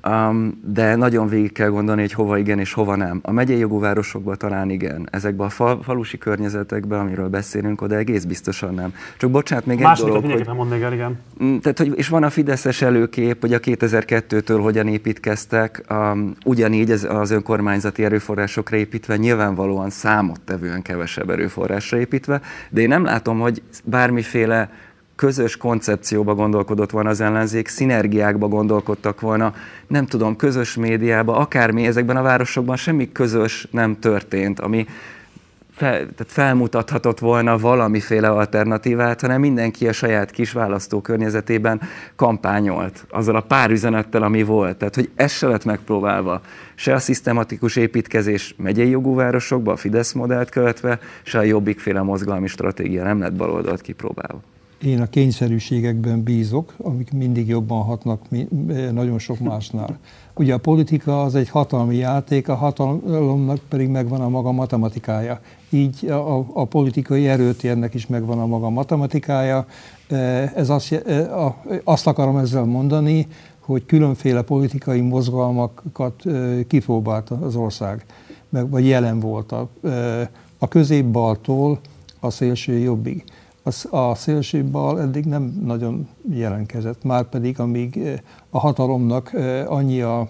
Um, de nagyon végig kell gondolni, hogy hova igen és hova nem. A megyei jogú városokban talán igen. Ezekben a fal, falusi környezetekben, amiről beszélünk, oda egész biztosan nem. Csak bocsánat, még egy dolog, hogy... Mond még el, igen. Tehát, hogy, és van a fideszes előkép, hogy a kétezer-kettőtől hogyan építkeztek, um, ugyanígy ez az önkormányzati erőforrásokra építve, nyilvánvalóan számottevően kevesebb erőforrásra építve, de én nem látom, hogy bármiféle közös koncepcióba gondolkodott volna az ellenzék, szinergiákba gondolkodtak volna, nem tudom, közös médiába, akármi, ezekben a városokban semmi közös nem történt, ami fel, tehát felmutathatott volna valamiféle alternatívát, hanem mindenki a saját kis választókörnyezetében kampányolt azzal a pár üzenettel, ami volt. Tehát, hogy ez se lett megpróbálva, se a szisztematikus építkezés megyei jogú városokba, a Fidesz modellt követve, se a Jobbikféle mozgalmi stratégia nem lett baloldalt kipróbálva. Én a kényszerűségekben bízok, amik mindig jobban hatnak nagyon sok másnál. Ugye a politika az egy hatalmi játék, a hatalomnak pedig megvan a maga matematikája. Így a, a politikai erőtérnek is megvan a maga matematikája. Ez azt, azt akarom ezzel mondani, hogy különféle politikai mozgalmakat kipróbált az ország, vagy jelen volt a, a középbaltól a szélső jobbig. A szélső bal eddig nem nagyon jelenkezett, márpedig amíg a hatalomnak annyi a,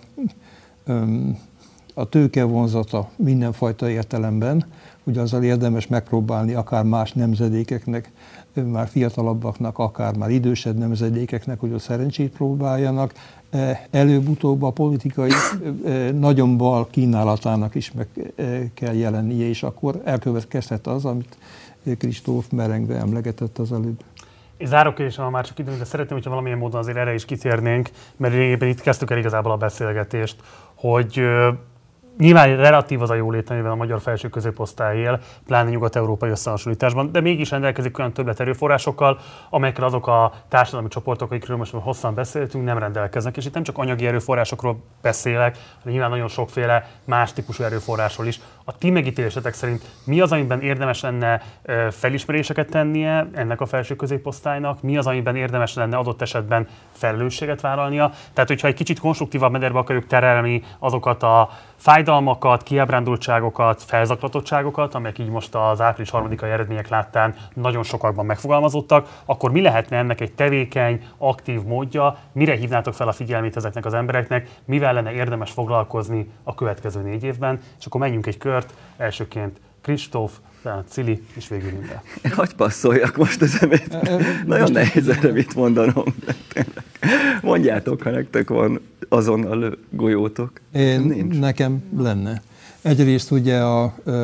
a tőkevonzata mindenfajta értelemben, hogy azzal érdemes megpróbálni akár más nemzedékeknek, már fiatalabbaknak, akár már idősebb nemzedékeknek, hogy a szerencsét próbáljanak. Előbb-utóbb a politikai nagyon bal kínálatának is meg kell jelennie, és akkor elkövetkezhet az, amit Kristóf merengve emlegetett az előbb. Én zárok és ha már csak időnk, de szeretném, hogyha valamilyen módon azért erre is kitérnénk, mert lényegében itt kezdtük el igazából a beszélgetést, hogy nyilván relatív az a jólét, amivel a magyar felső középosztály él, pláne nyugat-európai összehasonlításban, de mégis rendelkezik olyan többlet erőforrásokkal, amelyekkel azok a társadalmi csoportok, akikről most hosszan beszéltünk, nem rendelkeznek. És itt nem csak anyagi erőforrásokról beszélek, hanem nyilván nagyon sokféle más típusú erőforrásról is. A ti megítélésetek szerint mi az, amiben érdemes lenne felismeréseket tennie ennek a felső középosztálynak, mi az, amiben érdemes lenne adott esetben felelősséget vállalnia? Tehát, hogyha egy kicsit konstruktívabb mederbe akarjuk terelni azokat a fájdalmakat, kiábrándultságokat, felzaklatottságokat, amelyek így most az április harmadikai eredmények láttán nagyon sokakban megfogalmazottak, akkor mi lehetne ennek egy tevékeny, aktív módja, mire hívnátok fel a figyelmét ezeknek az embereknek, mivel lenne érdemes foglalkozni a következő négy évben, és akkor menjünk egy kört, elsőként Kristóf, Cili, és végül minden. Hagy passzoljak most az emét. Nagyon nehéz erre mit mondanom. Mondjátok, ha nektek van azonnal golyótok. Én, nekem lenne. Egyrészt ugye a,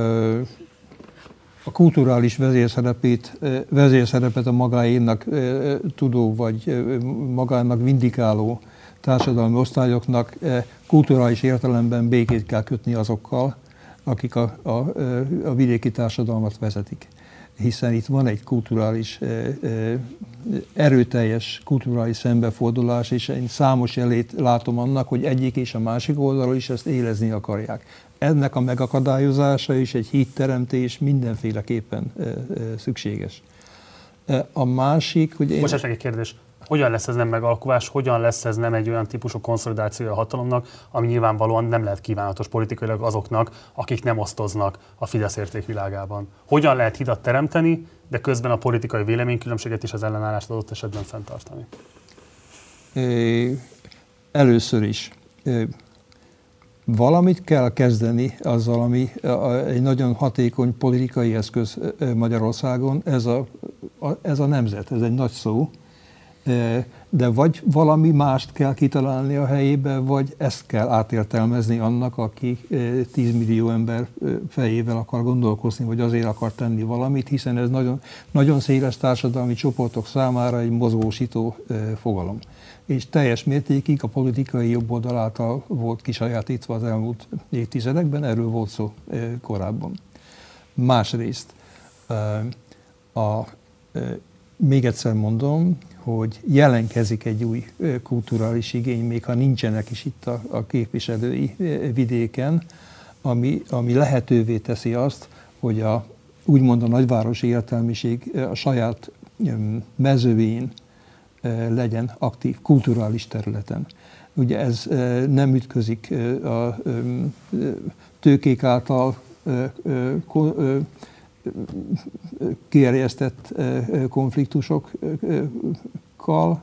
a kulturális vezérszerepét, vezérszerepet a magáénak tudó, vagy magának vindikáló társadalmi osztályoknak kulturális értelemben békét kell kötni azokkal, akik a, a, a vidéki társadalmat vezetik. Hiszen itt van egy kulturális, erőteljes kulturális szembefordulás, és én számos jelét látom annak, hogy egyik és a másik oldalról is ezt élezni akarják. Ennek a megakadályozása és egy hídteremtés mindenféleképpen szükséges. A másik, hogy én... Most esetleg egy kérdés. Hogyan lesz ez nem megalkuvás, hogyan lesz ez nem egy olyan típusú konszolidációja a hatalomnak, ami nyilvánvalóan nem lehet kívánatos politikailag azoknak, akik nem osztoznak a Fidesz értékvilágában? Hogyan lehet hidat teremteni, de közben a politikai véleménykülönbséget és az ellenállást adott esetben fenntartani? Először is valamit kell kezdeni azzal, ami egy nagyon hatékony politikai eszköz Magyarországon, ez a, ez a nemzet, ez egy nagy szó, de vagy valami mást kell kitalálni a helyébe, vagy ezt kell átértelmezni annak, aki tíz millió ember fejével akar gondolkozni, vagy azért akar tenni valamit, hiszen ez nagyon, nagyon széles társadalmi csoportok számára egy mozgósító fogalom. És teljes mértékig a politikai jobboldal által volt kisajátítva az elmúlt évtizedekben, erről volt szó korábban. Másrészt, a, a, még egyszer mondom, hogy jelenkezik egy új kulturális igény, még ha nincsenek is itt a, a képviselői vidéken, ami, ami lehetővé teszi azt, hogy a, úgymond a nagyvárosi értelmiség a saját mezőjén legyen aktív kulturális területen. ugye ez nem ütközik a tőkék által kierjesztett konfliktusokkal.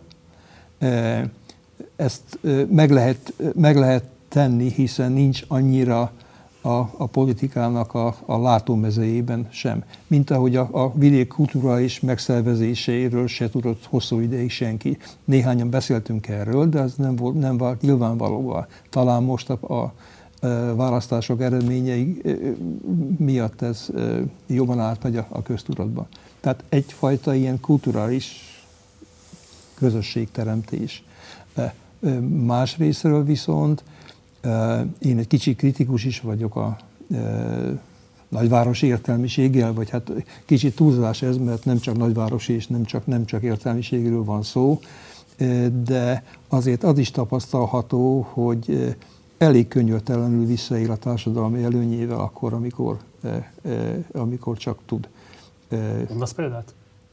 Ezt meg lehet, meg lehet tenni, hiszen nincs annyira a, a politikának a, a látómezejében sem. Mint ahogy a, a vidék kulturális megszervezéséről se tudott hosszú ideig senki. Néhányan beszéltünk erről, de ez nem, volt, nem vált nyilvánvalóvá. Talán most a, a, a választások eredményei miatt ez jobban átmegy a, a köztudatba. Tehát egyfajta ilyen kulturális közösségteremtés. Más részről viszont én egy kicsit kritikus is vagyok a nagyvárosi értelmiséggel, vagy hát kicsit túlzás ez, mert nem csak nagyvárosi és nem csak, nem csak értelmiségről van szó, de azért az is tapasztalható, hogy elég könyörtelenül visszaél a társadalmi előnyével akkor, amikor, amikor csak tud. Mondasz példát?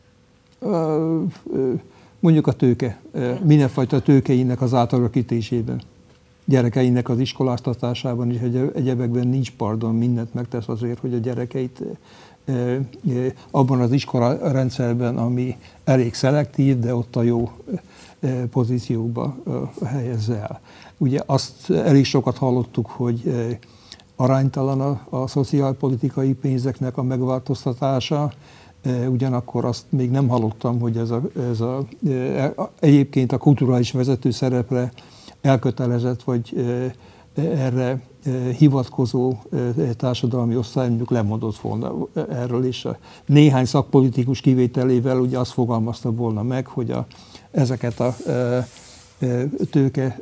Mondjuk a tőke, mindenfajta tőkeinek az átalakítésében, gyerekeinek az iskoláztatásában és egyebekben nincs pardon, mindent megtesz azért, hogy a gyerekeit abban az iskolarendszerben, ami elég szelektív, de ott a jó pozíciókba helyezze el. Ugye azt elég sokat hallottuk, hogy aránytalan a, a szociálpolitikai pénzeknek a megváltoztatása, ugyanakkor azt még nem hallottam, hogy ez a, ez a egyébként a kulturális vezető szerepre elkötelezett, vagy erre hivatkozó társadalmi osztály mondjuk lemondott volna erről is. Néhány szakpolitikus kivételével ugye azt fogalmazta volna meg, hogy a, ezeket a tőke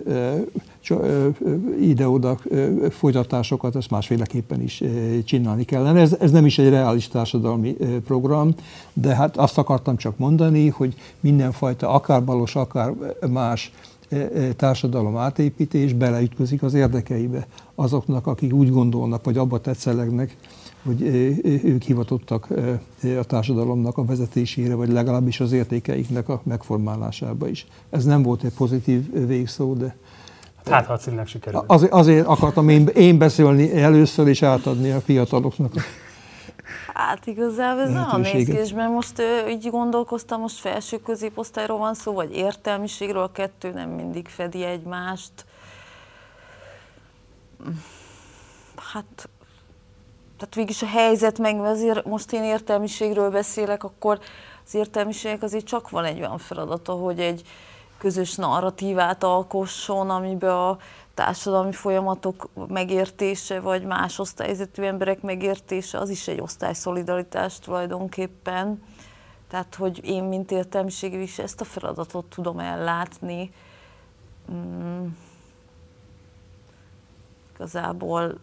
ide-oda folytatásokat, ezt másféleképpen is csinálni kellene. Ez, ez nem is egy reális társadalmi program, de hát azt akartam csak mondani, hogy mindenfajta akár balos, akár más társadalom átépítés beleütközik az érdekeibe azoknak, akik úgy gondolnak, vagy abba tetszelegnek, hogy ők hivatottak a társadalomnak a vezetésére, vagy legalábbis az értékeiknek a megformálásába is. Ez nem volt egy pozitív végszó, de... Hát, ha a címnek sikerült. Azért, azért akartam én, én beszélni először, és átadni a fiataloknak. Hát igazából ez nagyon nézkés, mert most ö, így gondolkoztam, most felső középosztályról van szó, vagy értelmiségről, a kettő nem mindig fedi egymást. Hát, tehát végülis a helyzet meg, azért most én értelmiségről beszélek, akkor az értelmiségnek azért csak van egy olyan feladata, hogy egy közös narratívát alkosson, amiben a társadalmi folyamatok megértése, vagy más osztályvezető emberek megértése, az is egy osztályszolidaritás tulajdonképpen. Tehát, hogy én, mint értelmiségi is ezt a feladatot tudom ellátni. Mm. Igazából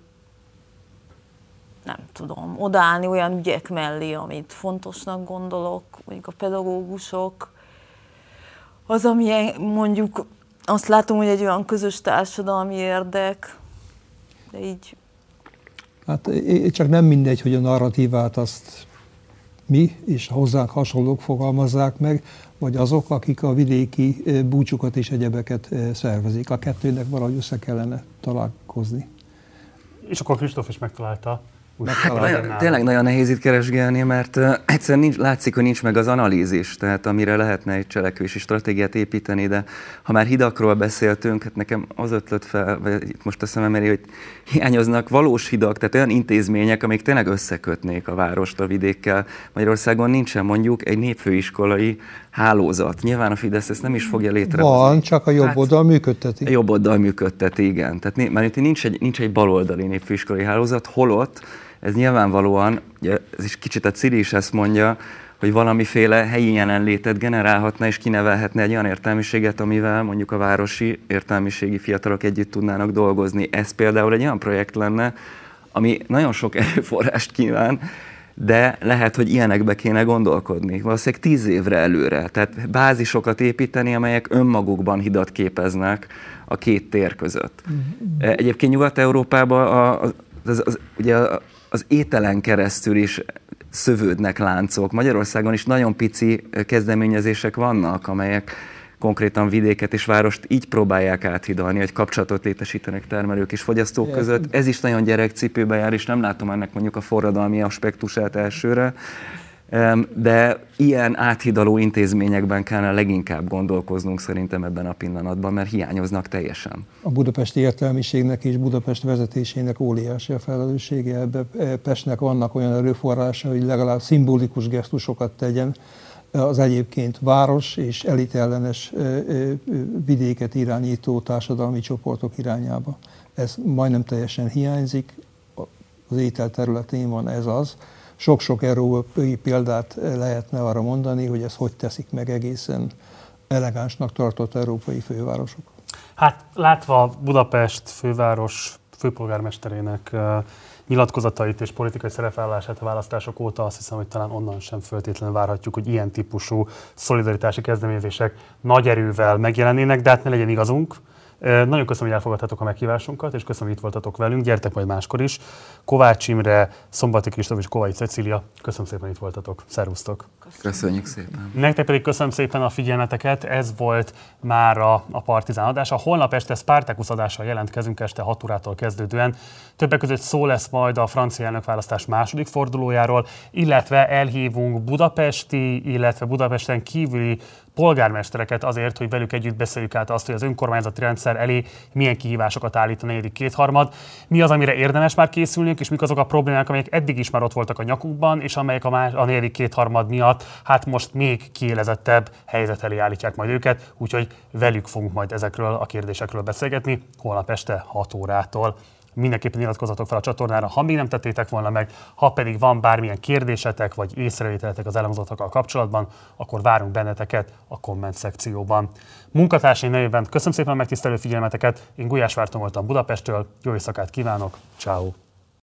nem tudom, odaállni olyan ügyek mellé, amit fontosnak gondolok, mondjuk a pedagógusok. Az, ami mondjuk azt látom, hogy egy olyan közös társadalmi érdek, de így... Hát csak nem mindegy, hogy a narratívát azt mi és hozzánk hasonlók fogalmazzák meg, vagy azok, akik a vidéki búcsukat és egyebeket szervezik. A kettőnek valahogy össze kellene találkozni. És akkor Kristóf is megtalálta. Nagyon, tényleg nagyon nehéz itt keresgélni, mert uh, egyszerűen nincs, látszik, hogy nincs meg az analízis, tehát amire lehetne egy cselekvési stratégiát építeni, de ha már hidakról beszéltünk, hát nekem az ötlött fel, vagy itt most a szemem elé, hogy hiányoznak valós hidak, tehát olyan intézmények, amik tényleg összekötnék a várost a vidékkel. Magyarországon nincsen mondjuk egy népfőiskolai hálózat. Nyilván a Fidesz ezt nem is fogja létrehozni. Van, csak a jobb hát, oldal működteti. A jobb oldal működteti, igen. Tehát mert itt nincs egy, nincs egy baloldali népfőiskolai hálózat, holott ez nyilvánvalóan, ugye, ez is kicsit a Ciri is ezt mondja, hogy valamiféle helyi jelenlétet generálhatna és kinevelhetne egy olyan értelmiséget, amivel mondjuk a városi értelmiségi fiatalok együtt tudnának dolgozni. Ez például egy olyan projekt lenne, ami nagyon sok erőforrást kíván, de lehet, hogy ilyenekbe kéne gondolkodni. Valószínűleg tíz évre előre. Tehát bázisokat építeni, amelyek önmagukban hidat képeznek a két tér között. Egyébként Nyugat-Európában a, az, az, az, ugye az ételen keresztül is szövődnek láncok. Magyarországon is nagyon pici kezdeményezések vannak, amelyek konkrétan vidéket és várost így próbálják áthidalni, hogy kapcsolatot létesítenek termelők és fogyasztók között. Ez is nagyon gyerekcipőbe jár, és nem látom ennek mondjuk a forradalmi aspektusát elsőre. De ilyen áthidaló intézményekben kellene leginkább gondolkoznunk szerintem ebben a pillanatban, mert hiányoznak teljesen. A budapesti értelmiségnek és Budapest vezetésének óriási a felelőssége. Ebbe Pestnek vannak olyan erőforrása, hogy legalább szimbolikus gesztusokat tegyen az egyébként város és elitellenes vidéket irányító társadalmi csoportok irányába. Ez majdnem teljesen hiányzik, az étel területén van ez az. Sok-sok európai példát lehetne arra mondani, hogy ezt hogy teszik meg egészen elegánsnak tartott európai fővárosok. Hát látva Budapest főváros főpolgármesterének nyilatkozatait és politikai szerepvállalását a választások óta, azt hiszem, hogy talán onnan sem feltétlenül várhatjuk, hogy ilyen típusú szolidaritási kezdeményezések nagy erővel megjelennének, de hát ne legyen igazunk. Nagyon köszönöm, hogy elfogadtátok a meghívásunkat, és köszönöm, hogy itt voltatok velünk. Gyertek majd máskor is. Kovács Imre, Szombati Kristóf és Kovai Cecília, köszönöm szépen, hogy itt voltatok. Szervusztok! Köszönjük szépen! Nektek pedig köszönöm szépen a figyelmeteket. Ez volt mára a Partizán adása. Holnap este Spartacus adással jelentkezünk este hat órától kezdődően. Többek között szó lesz majd a francia elnökválasztás második fordulójáról, illetve elhívunk budapesti, illetve Budapesten kívüli polgármestereket azért, hogy velük együtt beszéljük át azt, hogy az önkormányzati rendszer elé milyen kihívásokat állít a negyedik kétharmad, mi az, amire érdemes már készülniük, és mik azok a problémák, amelyek eddig is már ott voltak a nyakukban, és amelyek a, más, a negyedik kétharmad miatt hát most még kiélezettebb helyzet elé állítják majd őket, úgyhogy velük fogunk majd ezekről a kérdésekről beszélgetni holnap este hat órától. Mindenképpen iratkozzatok fel a csatornára, ha még nem tettétek volna meg, ha pedig van bármilyen kérdésetek vagy észrevételetek az elhangzottakkal kapcsolatban, akkor várunk benneteket a komment szekcióban. Munkatársaim nevében köszönöm szépen a megtisztelő figyelmeteket, én Gulyás Márton voltam Budapesttől, jó éjszakát kívánok, ciao.